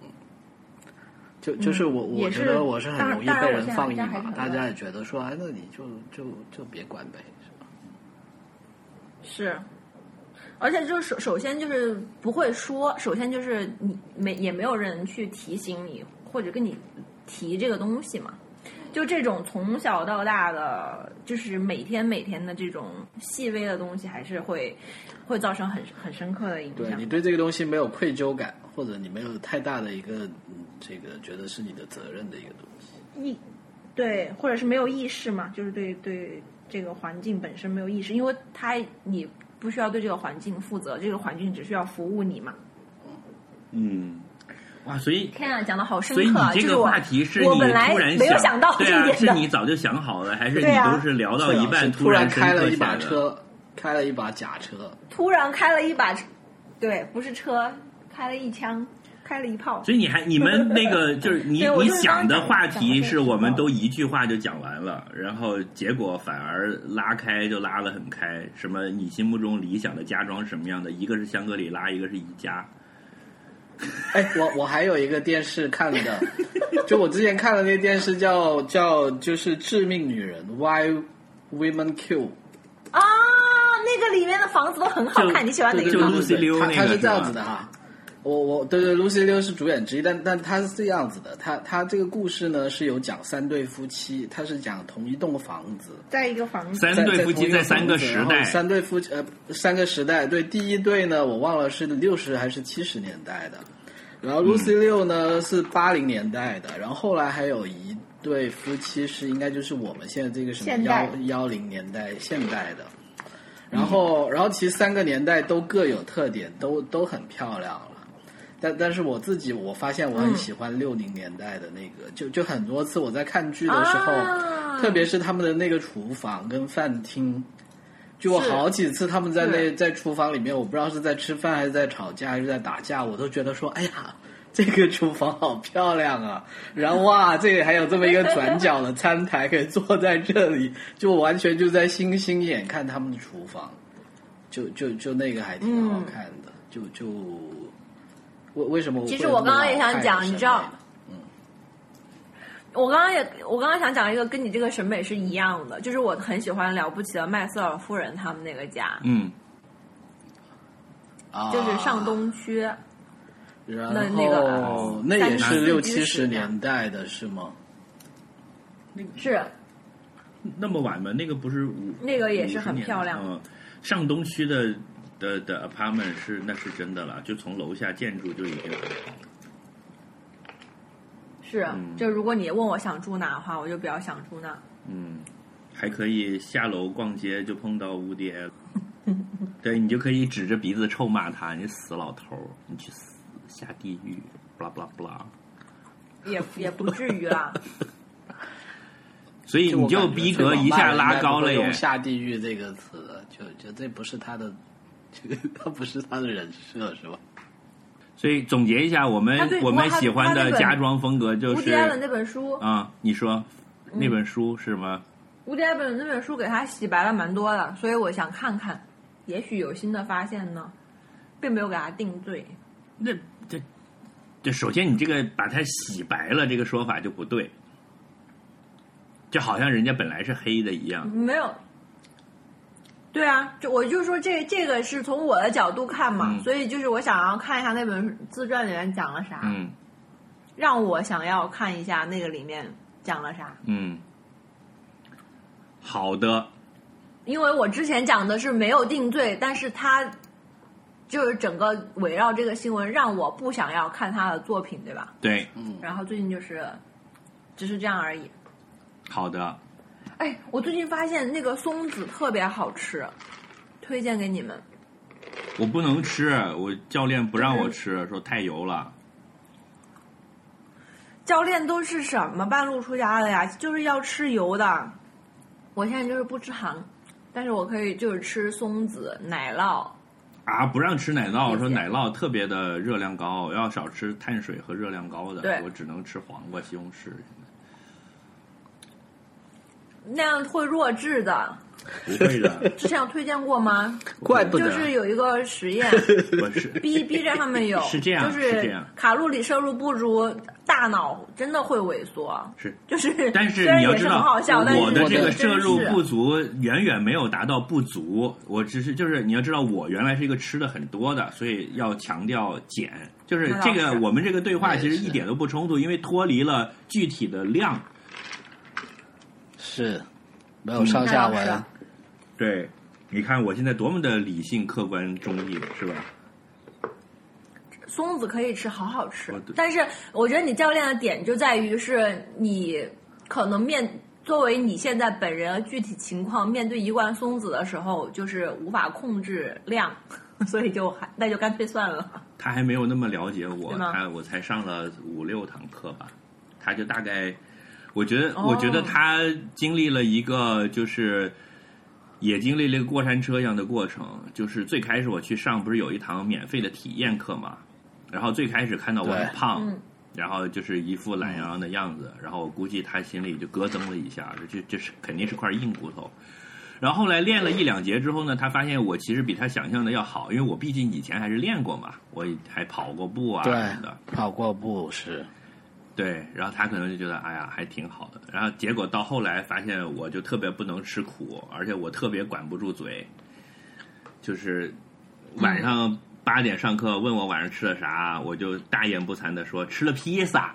就是我觉得我是很容易被人放一马，大家也觉得说，哎，那你就别管呗，是吧？ 是，而且就是首先就是不会说，首先就是也没有人去提醒你或者跟你提这个东西嘛。就这种从小到大的，就是每天的这种细微的东西，还是会造成很深刻的影响。 对，你对这个东西没有愧疚感，或者你没有太大的一个这个觉得是你的责任的一个东西。 对，或者是没有意识嘛，就是对这个环境本身没有意识，因为你不需要对这个环境负责，这个环境只需要服务你嘛。 哇，所以天啊，讲的好深刻啊！ 所以你这个话题是你我本来突然没有想到这一点的， 是你早就想好了，还是你都是聊到一半突然开了一把车，开了一把假车， 突然开了一把，对，不是车，开了一枪，开了一炮。 所以你们那个就是你想的话题是我们都一句话就讲完了，然后结果反而拉开就拉得很开。什么你心目中理想的家装是什么样的？一个是香格里拉，一个是宜家。 哎，我还有一个电视看的，就我之前看的那个电视叫就是致命女人 Why Women Kill 啊，那个里面的房子都很好看，你喜欢哪个？ 就 Lucy Liu 那个， 他是这样子的哈。我对 Lucy Liu 是主演之一，但他是这样子的，他这个故事呢是有讲三对夫妻，他是讲同一栋房子， 在一个房子， 三对夫妻在三个时代， 三个时代，对，第一对呢我忘了是60还是70年代的，然后 Lucy Liu 呢是80年代的，然后后来还有一对夫妻是应该就是我们现在这个什么10年代现代的，然后其实3个年代都各有特点，都很漂亮了。但是我自己我发现我很喜欢60年代的那个，就很多次我在看剧的时候，特别是他们的那个厨房跟饭厅，就我好几次他们在厨房里面，我不知道是在吃饭还是在吵架还是在打架，我都觉得说，哎呀，这个厨房好漂亮啊！然后哇，这里还有这么一个转角的餐台可以坐在这里，就完全就在星星眼看他们的厨房，就那个还挺好看的，就。为什么我？ 其实我刚刚也想讲，你知道，我刚刚想讲一个跟你这个审美是一样的，就是我很喜欢了不起的麦瑟尔夫人他们那个家，就是上东区， 然后那也是60、70年代的是吗？ 是那么晚吗？那个不是那个也是很漂亮， 上东区的 apartment 那是真的了，就从楼下建筑就已经很好了。 是，就如果你问我想住哪的话，我就比较想住那。 还可以下楼逛街就碰到蝴蝶，对，你就可以指着鼻子臭骂他，你死老头，你去死，下地狱，blah blah blah。 也不至于啦。 所以你就逼格一下拉高了耶。 用下地狱这个词的，就这不是他的。他不是他的人设是吧？ 所以总结一下，我们喜欢的家装风格就是。 伍迪·艾伦那本书啊，你说那本书是什么？ 伍迪·艾伦那本书给他洗白了蛮多的，所以我想看看，也许有新的发现呢，并没有给他定罪。 那这首先你这个把他洗白了，这个说法就不对，就好像人家本来是黑的一样。 没有。对啊，我就说这个是从我的角度看嘛，所以就是我想要看一下那本自传里面讲了啥，让我想要看一下那个里面讲了啥。 好的， 因为我之前讲的是没有定罪，但是他就是整个围绕这个新闻让我不想要看他的作品，对吧？ 对， 然后最近就是只是这样而已。 好的。 哎，我最近发现那个松子特别好吃，推荐给你们。 我不能吃，我教练不让我吃，说太油了。 教练都是什么半路出家的呀？就是要吃油的。我现在就是不吃糖，但是我可以就是吃松子、奶酪。 啊，不让吃奶酪，说奶酪特别的热量高，要少吃碳水和热量高的。 对， 我只能吃黄瓜、西红柿。 那样会弱智的。 不会的。 之前有推荐过吗？ 怪不得。 就是有一个实验， 不是 B 站上面有， 是这样， 就是卡路里摄入不足，大脑真的会萎缩。 是， 就是， 但是你要知道，我的这个摄入不不足远远没有达到不足，我只是就是你要知道，我原来是一个吃的很多的，所以要强调减。就是这个我们这个对话其实一点都不冲突，因为脱离了具体的量。 是，没有上下文。 对，你看我现在多么的理性、客观、中立，是吧？ 松子可以吃，好好吃。但是我觉得你教练的点就在于是你可能作为你现在本人的具体情况，面对一罐松子的时候，就是无法控制量，所以那就干脆算了。 他还没有那么了解我，我才上了5-6堂课吧，他就大概。我觉得他经历了一个，就是也经历了一个过山车一样的过程。就是最开始我去上，不是有一堂免费的体验课嘛？然后最开始看到我很胖，然后就是一副懒洋洋的样子，然后我估计他心里就咯噔了一下，这是肯定是块硬骨头。然后后来练了1-2节之后呢，他发现我其实比他想象的要好，因为我毕竟以前还是练过嘛，我还跑过步啊什么的。 跑过步是。 对，然后他可能就觉得哎呀还挺好的，然后结果到后来发现我就特别不能吃苦，而且我特别管不住嘴，就是晚上8点上课问我晚上吃了啥，我就大言不惭的说吃了披萨。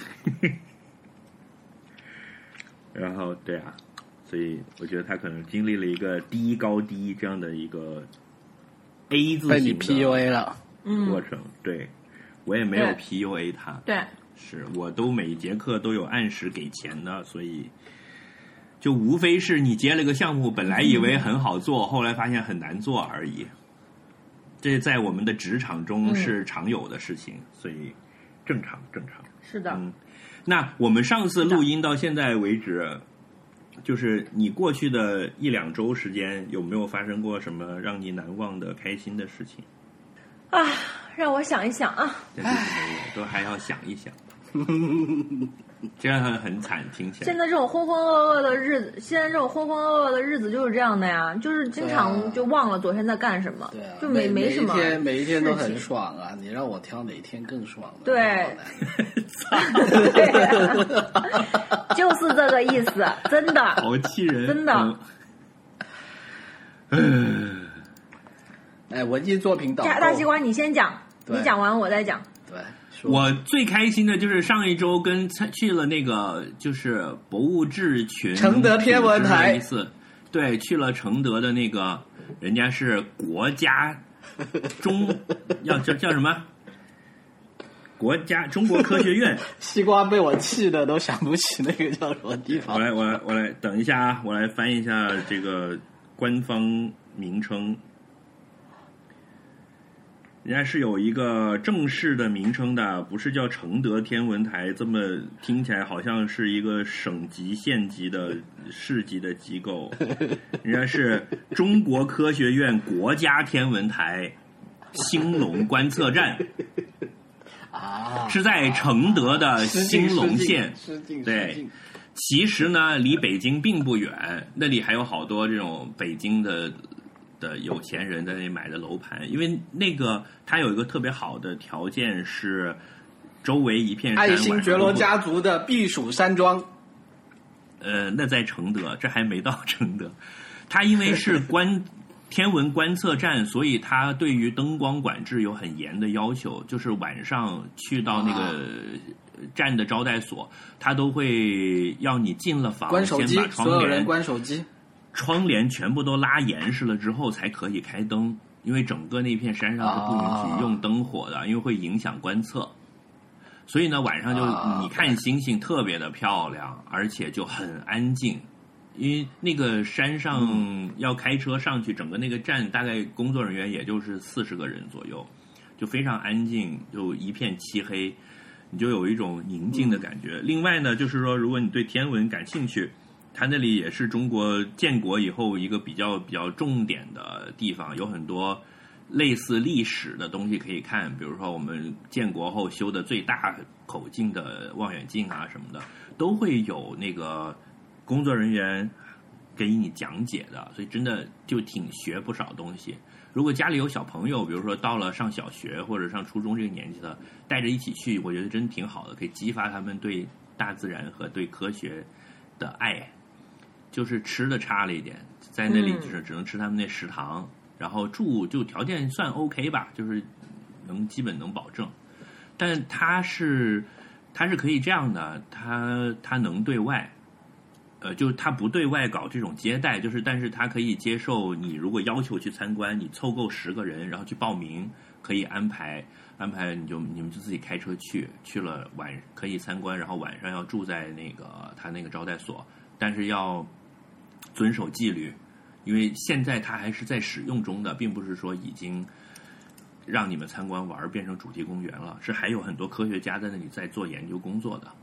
然后对啊，所以我觉得他可能经历了一个低高低这样的一个 A 字形的 PUA 了过程。对，我也没有 PUA 他。 对。 是我都每一节课都有按时给钱的，所以就无非是你接了个项目，本来以为很好做，后来发现很难做而已。这在我们的职场中是常有的事情，所以正常。 是的。 那我们上次录音到现在为止，就是你过去的1-2周时间，有没有发生过什么让你难忘的、开心的事情？ 啊，让我想一想啊。 都还要想一想。这样很惨，听起来。 现在这种浑浑噩噩的日子就是这样的呀，就是经常就忘了昨天在干什么， 对啊， 就没什么。 每一天都很爽啊！你让我挑哪一天更爽？ 对，就是这个意思，真的。 好气人， 真的。 文艺作品导购。 大西瓜，你先讲，你讲完我再讲。 对。 我最开心的就是上一周去了那个就是博物志群承德天文台一次，对，去了承德的那个，人家是国家叫什么？中国科学院。 西瓜被我气的都想不起那个叫什么地方。 我来等一下啊，我来翻一下这个官方名称。人家是有一个正式的名称的，不是叫承德天文台，这么听起来好像是一个省级、县级的、市级的机构。人家是中国科学院国家天文台兴隆观测站，是在承德的兴隆县。对，其实呢，离北京并不远，那里还有好多这种北京的有钱人在那里买的楼盘，因为那个它有一个特别好的条件是周围一片山， 爱新觉罗家族的避暑山庄。 那在承德，这还没到承德。它因为是天文观测站，所以它对于灯光管制有很严的要求，就是晚上去到那个站的招待所，它都会要你进了房， 关手机， 先把窗帘所有人关手机。 窗帘全部都拉严实了之后才可以开灯，因为整个那片山上是不允许用灯火的，因为会影响观测。所以呢，晚上就你看星星特别的漂亮，而且就很安静。因为那个山上要开车上去，整个那个站大概工作人员也就是40个人左右，就非常安静，就一片漆黑，你就有一种宁静的感觉。另外呢，就是说如果你对天文感兴趣，它那里也是中国建国以后一个比较重点的地方，有很多类似历史的东西可以看，比如说我们建国后修的最大口径的望远镜啊什么的，都会有那个工作人员给你讲解的，所以真的就挺学不少东西。如果家里有小朋友，比如说到了上小学或者上初中这个年纪的，带着一起去，我觉得真挺好的，可以激发他们对大自然和对科学的爱。就是吃的差了一点，在那里就是只能吃他们那食堂，然后住就条件算 OK 吧，就是基本能保证。但它是可以这样的，它能对外，就它不对外搞这种接待，就是但是它可以接受你如果要求去参观，你凑够10个人，然后去报名，可以安排你们就自己开车去了可以参观，然后晚上要住在那个他那个招待所，但是要遵守纪律，因为现在它还是在使用中的，并不是说已经让你们参观玩变成主题公园了，是还有很多科学家在那里在做研究工作的。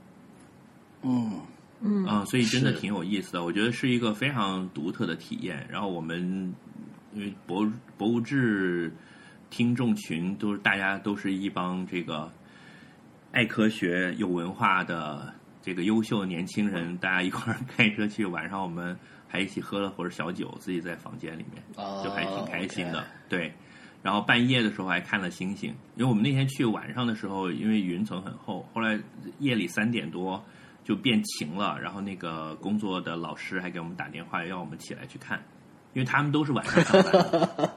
所以真的挺有意思的，我觉得是一个非常独特的体验。然后我们因为博物志听众群大家都是一帮这个爱科学有文化的这个优秀年轻人，大家一块儿开车去，晚上我们还一起喝了会儿小酒，自己在房间里面，就还挺开心的。对，然后半夜的时候还看了星星，因为我们那天去晚上的时候，因为云层很厚，后来夜里3点多就变晴了，然后那个工作的老师还给我们打电话要我们起来去看，因为他们都是晚上上班的。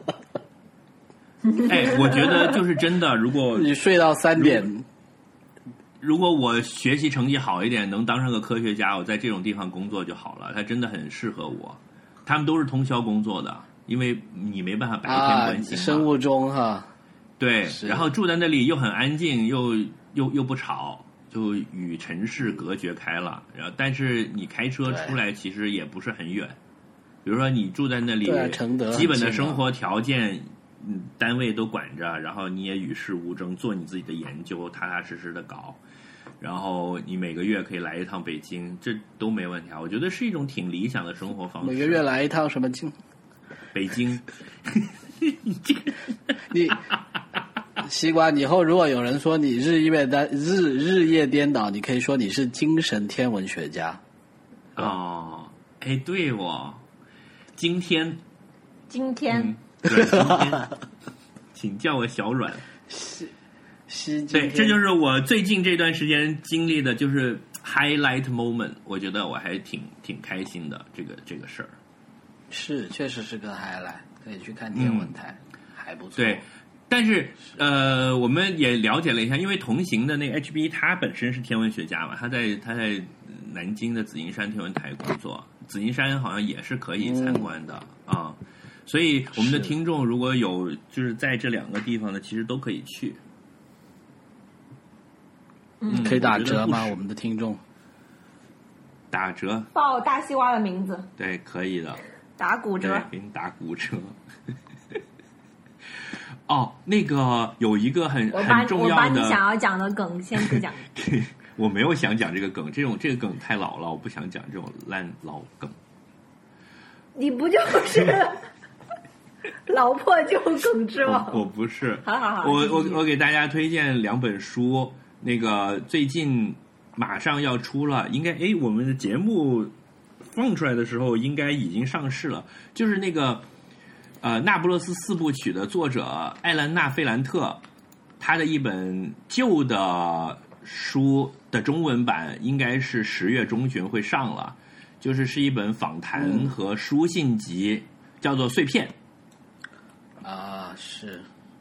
我觉得就是真的，如果你睡到3点。 如果我学习成绩好一点，能当上个科学家，我在这种地方工作就好了。它真的很适合我。他们都是通宵工作的，因为你没办法白天关心生物钟哈。 对，然后住在那里又很安静，又不吵，就与尘世隔绝开了。然后，但是你开车出来其实也不是很远。比如说你住在那里，基本的生活条件，单位都管着，然后你也与世无争，做你自己的研究，踏踏实实的搞。然后你每个月可以来一趟北京，这都没问题啊！我觉得是一种挺理想的生活方式。 每个月来一趟什么京？ 北京。 你西瓜，以后如果有人说你日夜颠倒，你可以说你是精神天文学家。 对哦，今天， 对， 今天，请叫我小阮。对，这就是我最近这段时间经历的，就是 highlight moment。我觉得我还挺开心的，这个事儿。 是，确实是个 highlight， 可以去看天文台，还不错。 对，但是我们也了解了一下，因为同行的那个 HB 他本身是天文学家嘛，他在南京的紫金山天文台工作，紫金山好像也是可以参观的啊。所以我们的听众如果有就是在这2个地方的，其实都可以去。 可以打折吗？我们的听众打折， 报大西瓜的名字。 对，可以的。 打骨折， 给你打骨折。那个有一个很重要的， 我把你想要讲的梗先不讲。 我没有想讲这个梗，这个梗太老了，我不想讲这种烂老梗。 你不就是老破旧梗之王？ 我不是。 好， 我给大家推荐2本书。那个最近马上要出了，应该我们的节目放出来的时候应该已经上市了。就是那个那不勒斯4部曲的作者艾兰娜·费兰特，他的一本旧的书的中文版应该是10月中旬会上了，是一本访谈和书信集，叫做《碎片》。 是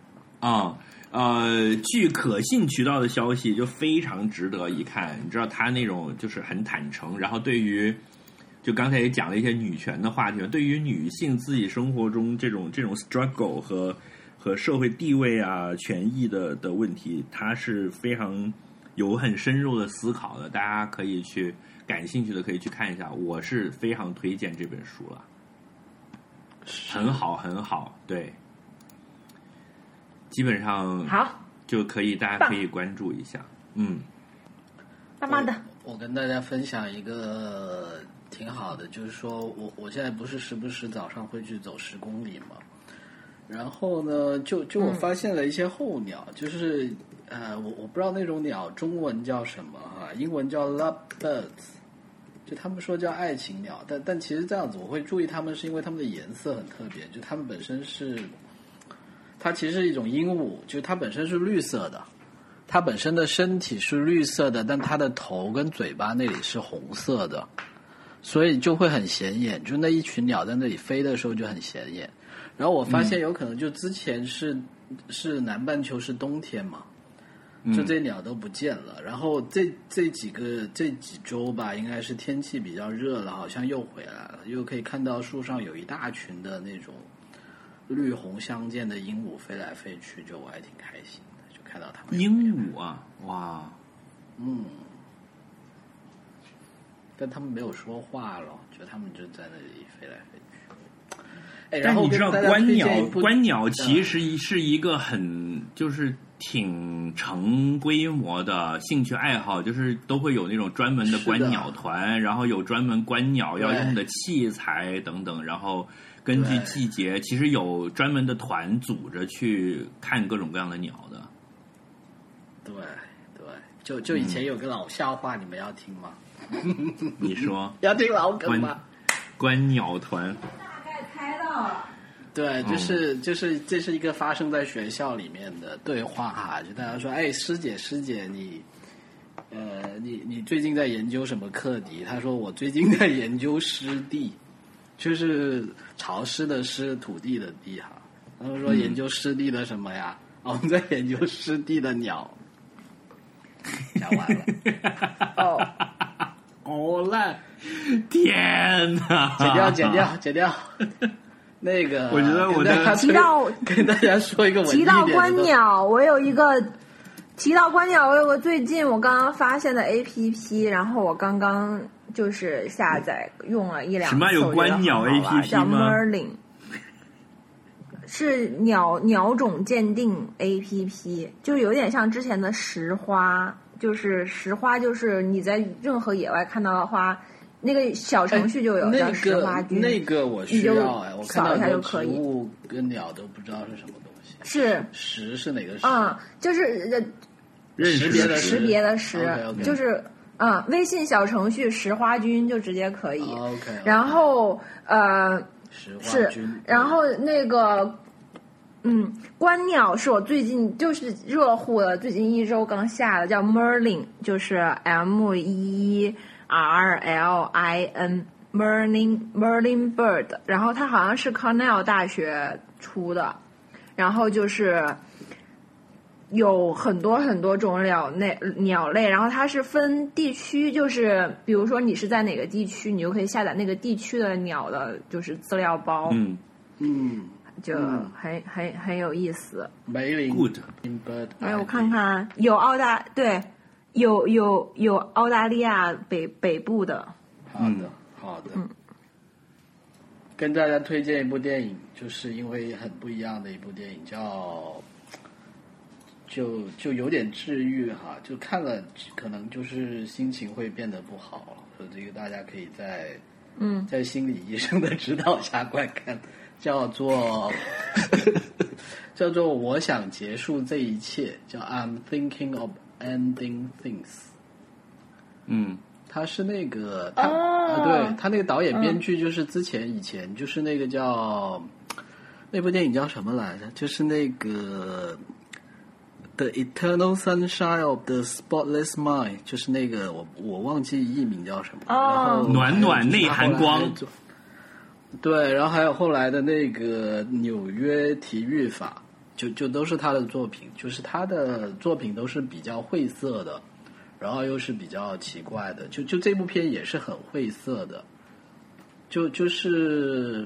据可信渠道的消息，就非常值得一看。你知道他那种就是很坦诚，然后对于就刚才也讲了一些女权的话题，对于女性自己生活中这种 struggle 和社会地位啊、权益的问题，它是非常有很深入的思考的。大家可以去感兴趣的可以去看一下，我是非常推荐这本书了，很好很好，对，基本上好就可以，大家可以关注一下。 慢慢的， 我跟大家分享一个挺好的，就是说我现在不是时不时早上会去走10公里嘛，然后呢，就我发现了一些候鸟，就是我不知道那种鸟中文叫什么英文叫 lovebirds， 就他们说叫爱情鸟，但其实这样子我会注意它们，是因为它们的颜色很特别，就它们本身是，它其实是一种鹦鹉，就是它本身是绿色的。它本身的身体是绿色的，但它的头跟嘴巴那里是红色的，所以就会很显眼。就那一群鸟在那里飞的时候就很显眼。然后我发现有可能就之前是南半球是冬天嘛，就这些鸟都不见了。然后这几周吧，应该是天气比较热了，好像又回来了，又可以看到树上有一大群的那种绿红相间的鹦鹉飞来飞去，就我还挺开心。看到他们鹦鹉啊，哇， 但他们没有说话了，就他们就在那里飞来飞去。 但你知道观鸟其实是一个很就是挺成规模的兴趣爱好，就是都会有那种专门的观鸟团，然后有专门观鸟要用的器材等等，然后根据季节，其实有专门的团组着去看各种各样的鸟的。 对，就以前有个老笑话，你们要听吗？ 你说要听老梗吗？ 观鸟团， 大概猜到了。 对，就是这是一个发生在学校里面的对话哈，就大家说，哎，师姐，你最近在研究什么课题？他说我最近在研究湿地，就是潮湿的湿，土地的地哈。他们说研究湿地的什么呀？我们在研究湿地的鸟。讲完了。 好烂！天哪！ 剪掉。那个， 我觉得我跟大家说一个提到观鸟，我有个最近我刚刚发现的 APP， 然后我刚刚就是下载用了1-2次。 什么有观鸟 APP 叫 Merlin， 是鸟种鉴定 APP， 就有点像之前的石花，就是你在任何野外看到的花。那个小程序就有叫石花菌， 那个我需要我看到一下就可以。 植物跟鸟都不知道是什么东西。石是哪个石？ 就是识别的识，就是微信小程序石花菌就直接可以。 OK。 然后石花菌， 然后那个观鸟是我最近就是热乎的，最近1周刚下的，叫 Merlin， 就是 MERLIN Merlin Bird， 然后它好像是 Cornell 大学出的，然后就是有很多很多种鸟类，然后它是分地区，就是比如说你是在哪个地区，你就可以下载那个地区的鸟的就是资料包，就很有意思。 Good， 哎，我看看有有澳大利亚北部的。 好的。跟大家推荐一部电影，就是因为很不一样的一部电影，就有点治愈哈，就看了可能就是心情会变得不好，所以这个大家可以在心理医生的指导下观看，叫做我想结束这一切，叫 I'm thinking of ending things。他是那个对，他那个导演编剧就是以前就是那个叫那部电影叫什么来着？就是那个 The Eternal Sunshine of the Spotless Mind， 就是那个我忘记译名叫什么。然后暖暖内含光。 对，然后还有后来的那个纽约体育法，就都是他的作品，就是他的作品都是比较晦涩的。然后又是比较奇怪的，就这部片也是很晦涩的， 就是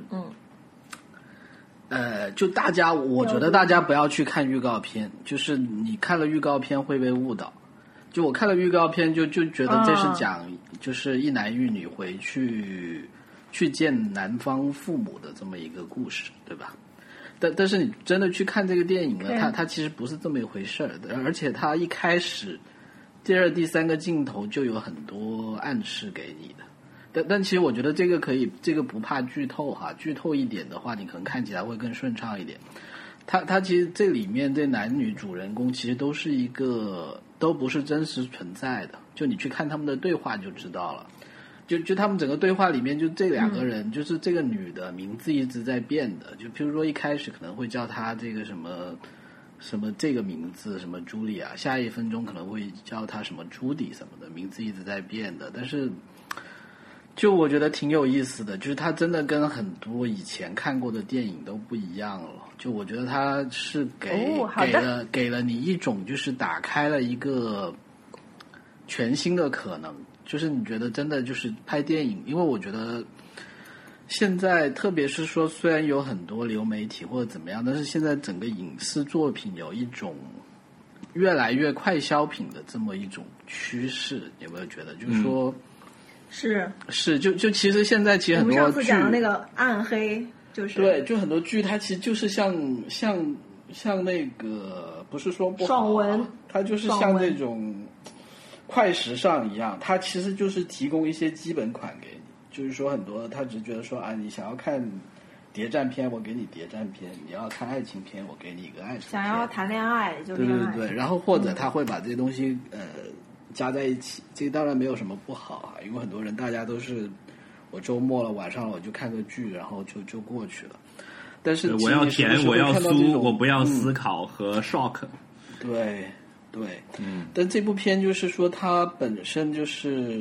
就大家，我觉得大家不要去看预告片，就是你看了预告片会被误导。就我看了预告片就觉得这是讲就是一男一女回去见男方父母的这么一个故事，对吧？但是你真的去看这个电影呢，它其实不是这么一回事儿的，而且它一开始第二、第三个镜头就有很多暗示给你的。但其实我觉得这个可以，这个不怕剧透哈，剧透一点的话，你可能看起来会更顺畅一点。它其实这里面这男女主人公其实都不是真实存在的，就你去看他们的对话就知道了。就他们整个对话里面，就这两个人，就是这个女的名字一直在变的，就譬如说一开始可能会叫她这个什么这个名字什么茱莉亚，下一分钟可能会叫她什么朱迪什么的，名字一直在变的。但是就我觉得挺有意思的，就是它真的跟很多以前看过的电影都不一样了。就我觉得它是给了你一种就是打开了一个全新的可能。就是你觉得真的就是拍电影，因为我觉得现在特别是说虽然有很多流媒体或者怎么样，但是现在整个影视作品有一种越来越快消品的这么一种趋势，有没有觉得？就是说是就其实现在其实很多剧，我们上次讲的那个暗黑就是对，就很多剧它其实就是像那个不是说不好爽文， 它就是像这种快时尚一样，它其实就是提供一些基本款给你，就是说很多他只觉得说啊，你想要看谍战片，我给你谍战片；你要看爱情片，我给你一个爱情片。 想要谈恋爱就恋爱。 对，然后或者他会把这些东西加在一起，这当然没有什么不好啊，因为很多人大家都是我周末了晚上了我就看个剧，然后就过去了。但是我要甜，我要酥，我不要思考和 shock。 对。但这部片就是说它本身就是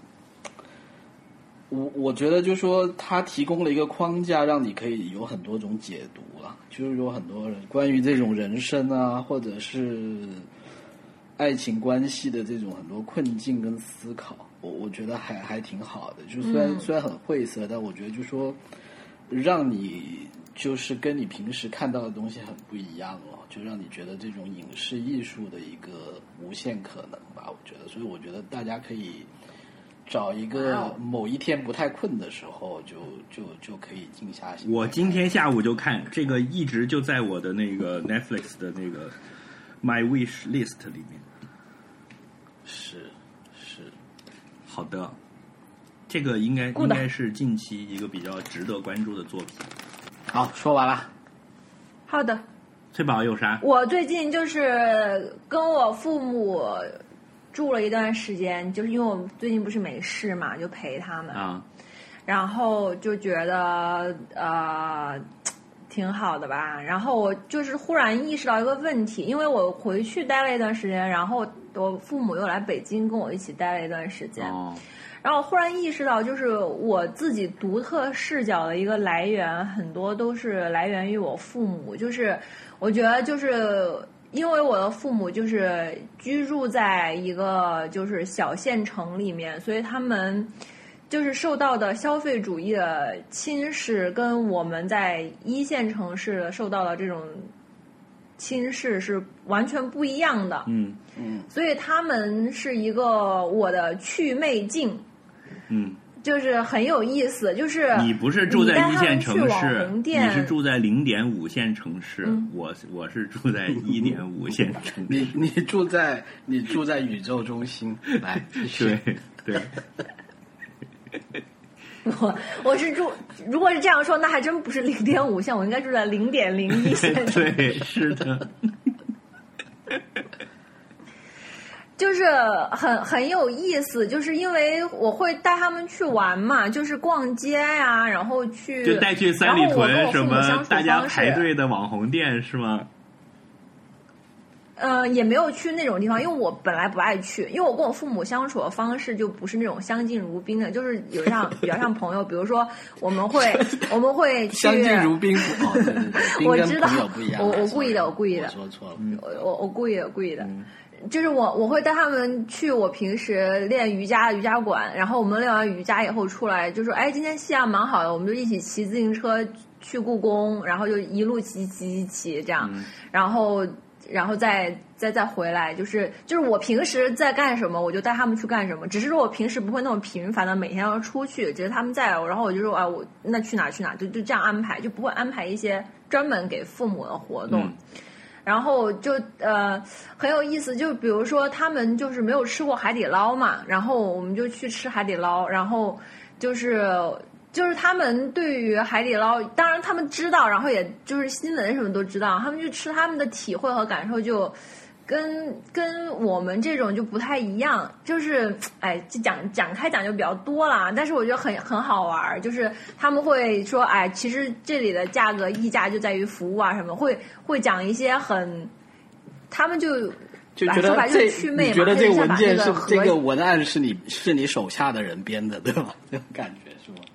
我觉得就是说它提供了一个框架，让你可以有很多种解读了，就是有很多人关于这种人生啊或者是爱情关系的这种很多困境跟思考，我觉得还挺好的。就虽然很晦涩，但我觉得就是说让你就是跟你平时看到的东西很不一样了，就让你觉得这种影视艺术的一个无限可能吧，我觉得。所以我觉得大家可以找一个某一天不太困的时候就可以静下心。 我今天下午就看这个，一直就在我的那个 Netflix 的那个 My Wish List 里面。 是好的，这个应该是近期一个比较值得关注的作品。 好，说完了。 好的。 翠宝有啥？ 我最近就是跟我父母住了一段时间，就是因为我最近不是没事嘛，就陪他们啊， 然后就觉得挺好的吧。然后我就是忽然意识到一个问题，因为我回去待了一段时间，然后我父母又来北京跟我一起待了一段时间。然后我忽然意识到，就是我自己独特视角的一个来源，很多都是来源于我父母。就是我觉得，就是因为我的父母就是居住在一个就是小县城里面，所以他们就是受到的消费主义的侵蚀，跟我们在一线城市受到的这种侵蚀是完全不一样的。所以他们是一个我的祛魅镜。就是很有意思，就是你不是住在一线城市，你是住在0.5线城市，我是住在1.5线城市。 你住在宇宙中心，来， 对。 我是住，如果是这样说，那还真不是0.5线，我应该住在0.01线。 对，是的。 就是很有意思，就是因为我会带他们去玩嘛，就是逛街呀，然后就带去三里屯什么大家排队的网红店是吗？ 也没有去那种地方，因为我本来不爱去，因为我跟我父母相处的方式就不是那种相敬如宾的，就是比较像朋友。比如说我们会去相敬如宾，对， 我知道， 不一样。 我故意的， 我说错了， 我故意的。 就是我会带他们去我平时练瑜伽馆，然后我们练完瑜伽以后出来就说，哎，今天夕阳蛮好的，我们就一起骑自行车去故宫，然后就一路骑这样，然后再回来，就是我平时在干什么，我就带他们去干什么。只是说我平时不会那么频繁的每天要出去，只是他们在，然后我就说啊，我那去哪，就这样安排，就不会安排一些专门给父母的活动。然后就很有意思，就比如说他们就是没有吃过海底捞嘛，然后我们就去吃海底捞，然后就是他们对于海底捞，当然他们知道，然后也就是新闻什么都知道，他们去吃，他们的体会和感受就跟我们这种就不太一样，就是哎，就讲开讲就比较多了，但是我觉得很好玩，就是他们会说，哎，其实这里的价格溢价就在于服务啊什么，会讲一些他们就觉得你觉得这个文件是这个文案是你手下的人编的，对吧？这种感觉是吗？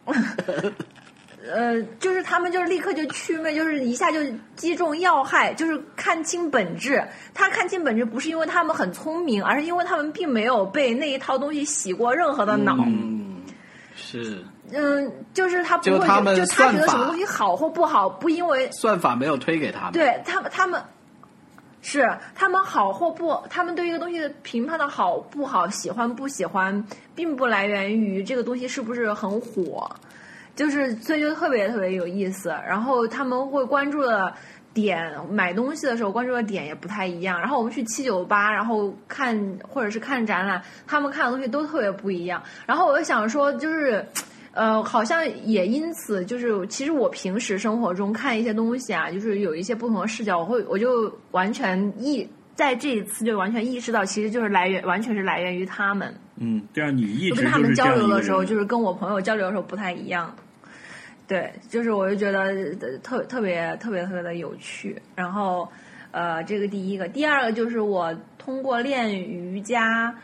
就是他们就是立刻就祛魅，就是一下就击中要害，就是看清本质。他看清本质不是因为他们很聪明，而是因为他们并没有被那一套东西洗过任何的脑。 是。 就是他不会，就他觉得什么东西好或不好，不因为算法没有推给他们。 对他们。是他们好或不，他们对一个东西的评判的好不好、喜欢不喜欢，并不来源于这个东西是不是很火，就是所以就特别特别有意思。然后他们会关注的点，买东西的时候关注的点也不太一样。然后我们去798，然后看或者是看展览，他们看的东西都特别不一样。然后我就想说，就是好像也因此，就是其实我平时生活中看一些东西啊，就是有一些不同的视角，我就完全在这一次就完全意识到，其实就是完全是来源于他们。 对啊，你一直跟他们交流的时候，就是跟我朋友交流的时候不太一样。对，就是我就觉得特别的有趣。然后这个第一个，第二个就是我通过练瑜伽，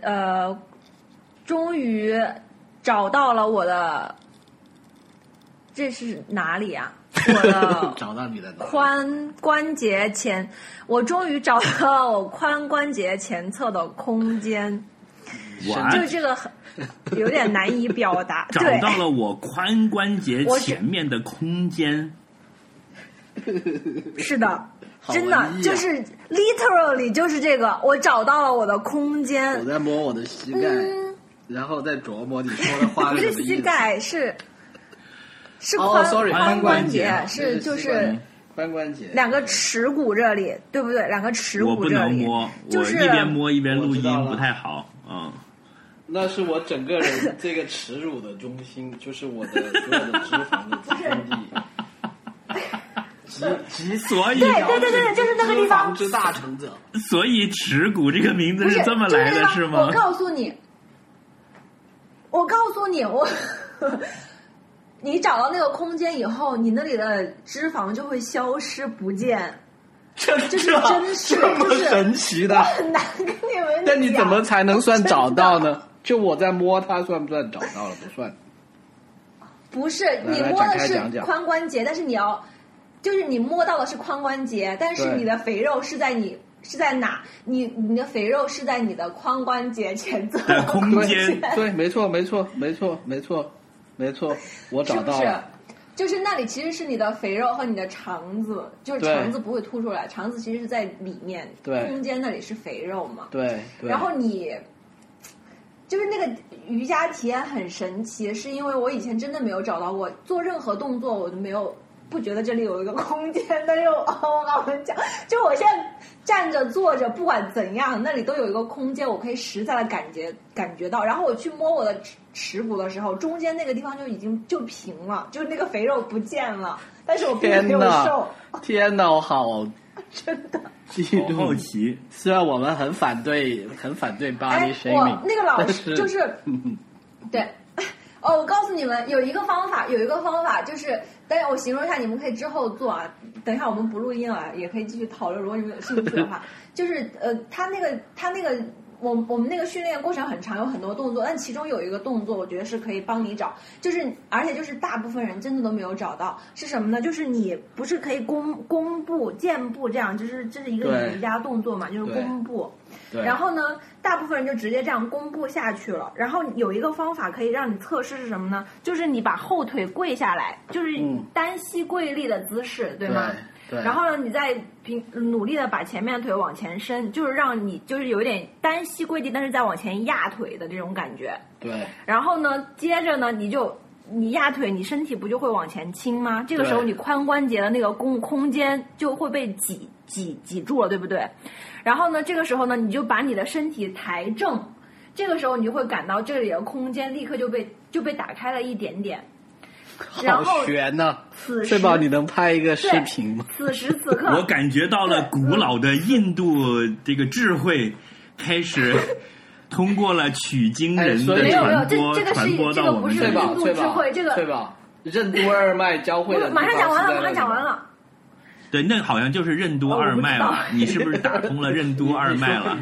终于找到了我的，这是哪里啊？我的找到你的髋关节前，我终于找到了我髋关节前侧的空间。就这个有点难以表达。 找到了我髋关节前面的空间。 是的，真的就是 literally 就是这个，我找到了我的空间。 我在摸我的膝盖。然后再琢磨你说的话是什么意思？ 不是膝盖，是髋关节，是就是髋关节两个耻骨这里，对不对？两个耻骨这里， 我不能摸， 就是我一边摸一边录音不太好。 那是我整个人这个耻辱的中心，就是我的所有的脂肪的集中地。 所以对，就是那个地方。 脂肪之大成者。 所以耻骨这个名字是这么来的，是吗？ 我告诉你，你找到那个空间以后，你那里的脂肪就会消失不见。这是真是这么神奇的， 我很难跟你们讲。 那你怎么才能算找到呢？就我在摸它，算不算找到了？不算。 不是，你摸的是髋关节，但是就是你摸到的是髋关节，但是你的肥肉是在哪？你的肥肉是在你的髋关节前侧的空间。 对，没错，我找到了。 是不是？就是那里其实是你的肥肉和你的肠子，就是肠子不会凸出来，肠子其实是在里面，空间那里是肥肉嘛。 对。 然后就是那个瑜伽体验很神奇，是因为我以前真的没有找到过，做任何动作我都不觉得这里有一个空间，但是我跟你讲，就我现在站着坐着，不管怎样，那里都有一个空间，我可以实在的感觉到。然后我去摸我的耻骨的时候，中间那个地方就已经就平了，就是那个肥肉不见了，但是我并没有瘦。 天哪，我好真的好好奇。 虽然我们很反对 body shaming， 那个老师就是对。我告诉你们，有一个方法就是，等一下我形容一下，你们可以之后做啊。等一下我们不录音了，也可以继续讨论。如果你们有兴趣的话，就是他那个， 我们那个训练过程很长，有很多动作，但其中有一个动作，我觉得是可以帮你找，就是而且就是大部分人真的都没有找到，是什么呢？就是你不是可以弓步、箭步这样，就是这是一个瑜伽动作嘛，就是弓步。然后呢，大部分人就直接这样弓步下去了。然后有一个方法可以让你测试是什么呢？就是你把后腿跪下来，就是单膝跪立的姿势，对吗？ 对。 然后呢，你再努力的把前面的腿往前伸，就是让你就是有一点单膝跪地，但是再往前压腿的这种感觉。 对。 然后呢，接着呢，你压腿，你身体不就会往前倾吗？这个时候你髋关节的那个空间就会被挤住了，对不对？然后呢，这个时候呢，你就把你的身体抬正，这个时候你就会感到这里的空间立刻就被打开了一点点。然后好悬呐！翠宝，你能拍一个视频吗？ 此时此刻， 我感觉到了古老的印度这个智慧开始通过了取经人的传播到我们这个不是印度智慧，这个翠宝，任督二脉交汇的。 马上讲完了。 对，那好像就是任督二脉了。你是不是打通了任督二脉了？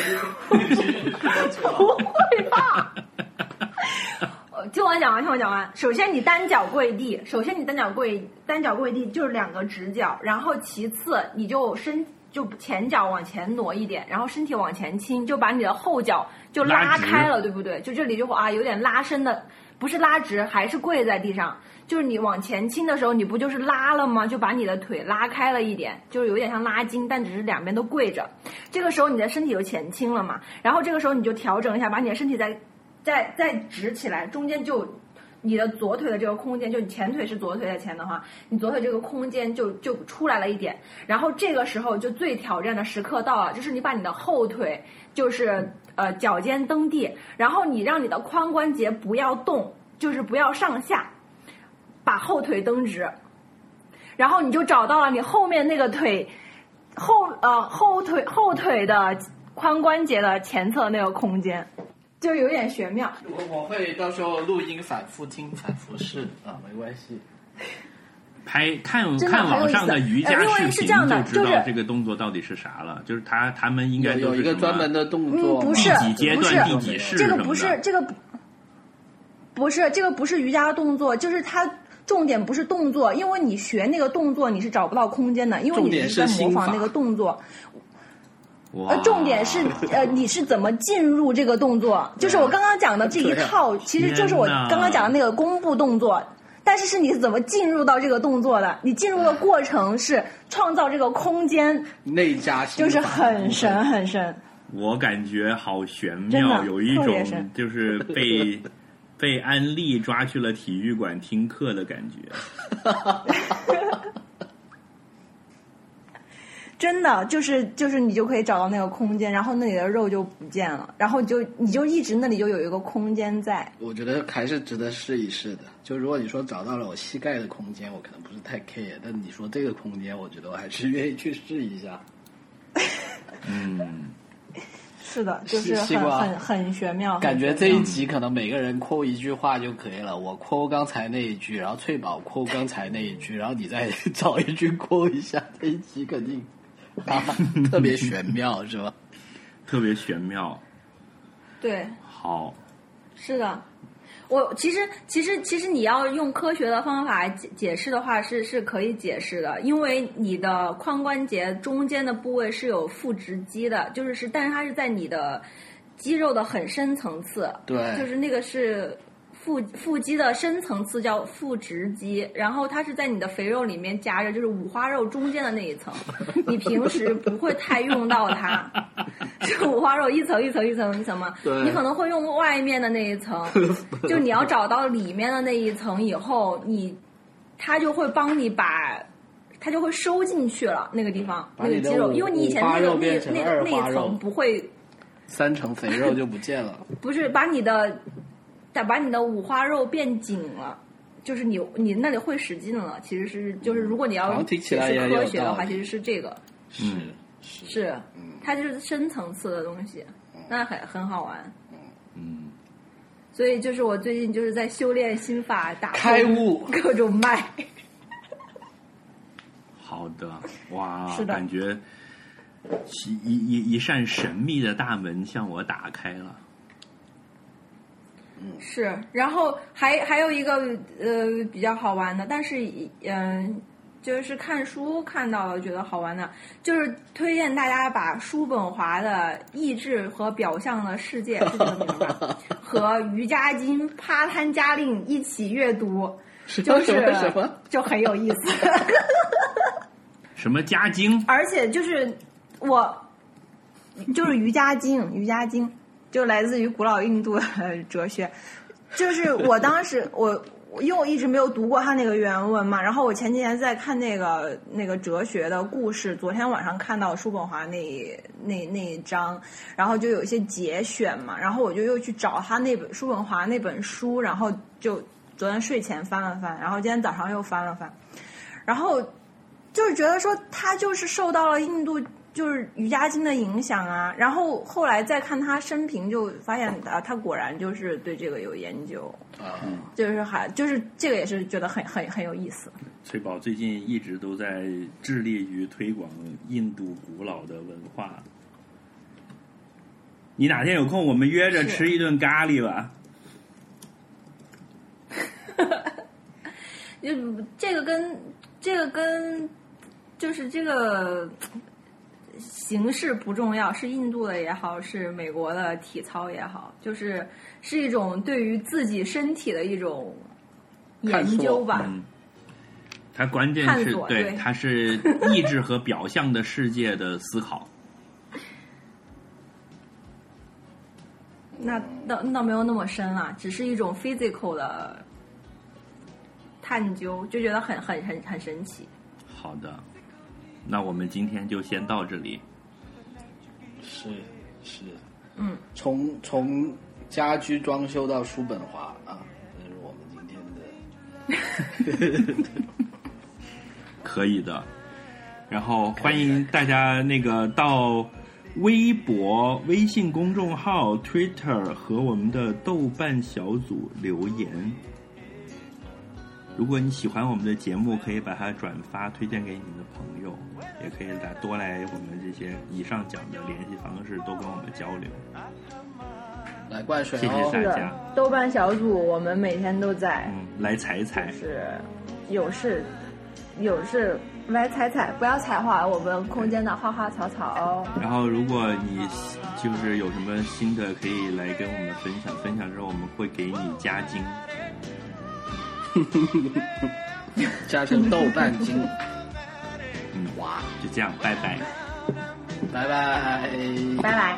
不会吧？听我讲完。首先你单脚跪地，单脚跪地就是2个直角，然后其次你就前脚往前挪一点，然后身体往前倾，就把你的后脚就拉开了，对不对？就这里就有点拉伸的，不是拉直，还是跪在地上。就是你往前倾的时候，你不就是拉了吗？就把你的腿拉开了一点，就是有点像拉筋，但只是两边都跪着。这个时候你的身体就前倾了嘛，然后这个时候你就调整一下，把你的身体再直起来，中间就你的左腿的这个空间，就你前腿是左腿在前的话，你左腿这个空间就出来了一点。然后这个时候就最挑战的时刻到了，就是你把你的后腿就是脚尖蹬地，然后你让你的髋关节不要动，就是不要上下，把后腿蹬直，然后你就找到了你后面那个腿后腿的髋关节的前侧那个空间。就有点玄妙， 我会到时候录音反复听反复试啊，没关系。 看网上的瑜伽视频就知道这个动作到底是啥了，就是他们应该有一个专门的动作， 不是第几阶段第几式， 这个不是瑜伽的动作，就是它重点不是动作，因为你学那个动作你是找不到空间的，因为你是在模仿那个动作。重点是你是怎么进入这个动作？就是我刚刚讲的这一套，其实就是我刚刚讲的那个弓步动作，但是你是怎么进入到这个动作的？你进入的过程是创造这个空间， 内加心法， 就是很神很神。 我感觉好玄妙，有一种就是被安利抓去了体育馆听课的感觉。 真的就是你就可以找到那个空间，然后那里的肉就不见了，然后你就一直那里就有一个空间在。 我觉得还是值得试一试的。就如果你说找到了我膝盖的空间，我可能不是太 care， 但你说这个空间，我觉得我还是愿意去试一下。 是的，就是很玄妙。 感觉这一集可能每个人quote一句话就可以了，我quote刚才那一句，然后翠宝quote刚才那一句，然后你再找一句quote一下，这一集肯定特别玄妙，是吧？ 特别玄妙。 对。 好。 是的。我其实你要用科学的方法解释的话是可以解释的，因为你的髋关节中间的部位是有腹直肌的，但是它是在你的肌肉的很深层次， 对， 就是那个是腹肌的深层次叫腹直肌，然后它是在你的肥肉里面夹着，就是五花肉中间的那一层，你平时不会太用到它，是五花肉一层一层一层一层嘛，你可能会用外面的那一层，就你要找到里面的那一层以后，它就会帮你它就会收进去了那个地方那个肌肉，因为你以前那一层不会 ，3层肥肉就不见了， 不是把你的五花肉变紧了，就是你那里会使劲了，其实是就是如果你要解释科学的话，其实是这个，是，它就是深层次的东西，那很好玩，所以就是我最近就是在修炼心法，打开悟各种脉。 好的，哇， 是的， 感觉一扇神秘的大门向我打开了。 是，然后还有一个比较好玩的，但是就是看书看到了觉得好玩的，就是推荐大家把叔本华的《意志和表象的世界》是这个名吧，和瑜伽经、帕坦加令一起阅读，就很有意思。 什么加经？ 而且就是瑜伽经，就来自于古老印度的哲学。就是我当时因为我一直没有读过他那个原文嘛，然后我前几天在看那个哲学的故事，昨天晚上看到叔本华那一章，然后就有一些节选嘛，然后我就又去找他叔本华那本书，然后就昨天睡前翻了翻，然后今天早上又翻了翻，然后就是觉得说他就是受到了印度就是瑜伽经的影响啊，然后后来再看他生平，就发现他果然就是对这个有研究啊，就是这个也是觉得很有意思。 翠宝最近一直都在致力于推广印度古老的文化，你哪天有空我们约着吃一顿咖喱吧。 这个跟就是这个形式不重要，是印度的也好，是美国的体操也好，是一种对于自己身体的一种研究吧。 它关键是对，它是意志和表象的世界的思考。 那倒没有那么深了，只是一种 physical 的探究，就觉得很神奇。 好的，那我们今天就先到这里。 是，从家居装修到叔本华啊，这是我们今天的。 可以的，然后欢迎大家到微博、微信公众号、Twitter 和我们的豆瓣小组留言。如果你喜欢我们的节目，可以把它转发推荐给你的朋友，也可以多来我们这些以上讲的联系方式多跟我们交流。 来灌水谢谢大家。 豆瓣小组我们每天都在， 来踩踩， 就是有事来踩踩，不要踩坏我们空间的花花草草。 然后如果你就是有什么新的，可以来跟我们分享，分享之后我们会给你加精。 加成豆瓣精。 哇，就这样，拜拜， 拜拜， 拜拜。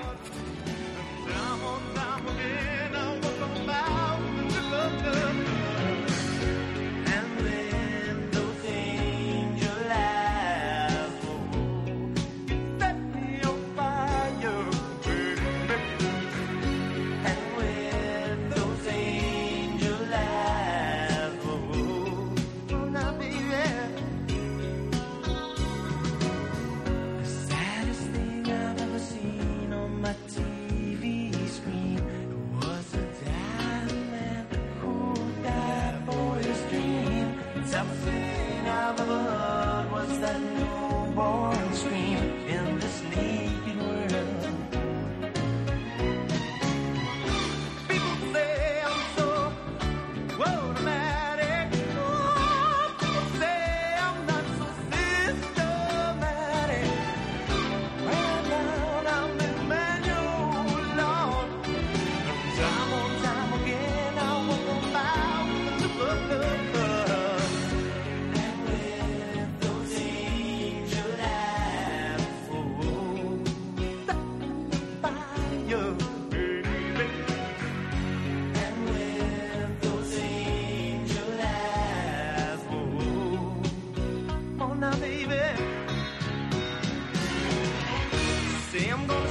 I'm gonna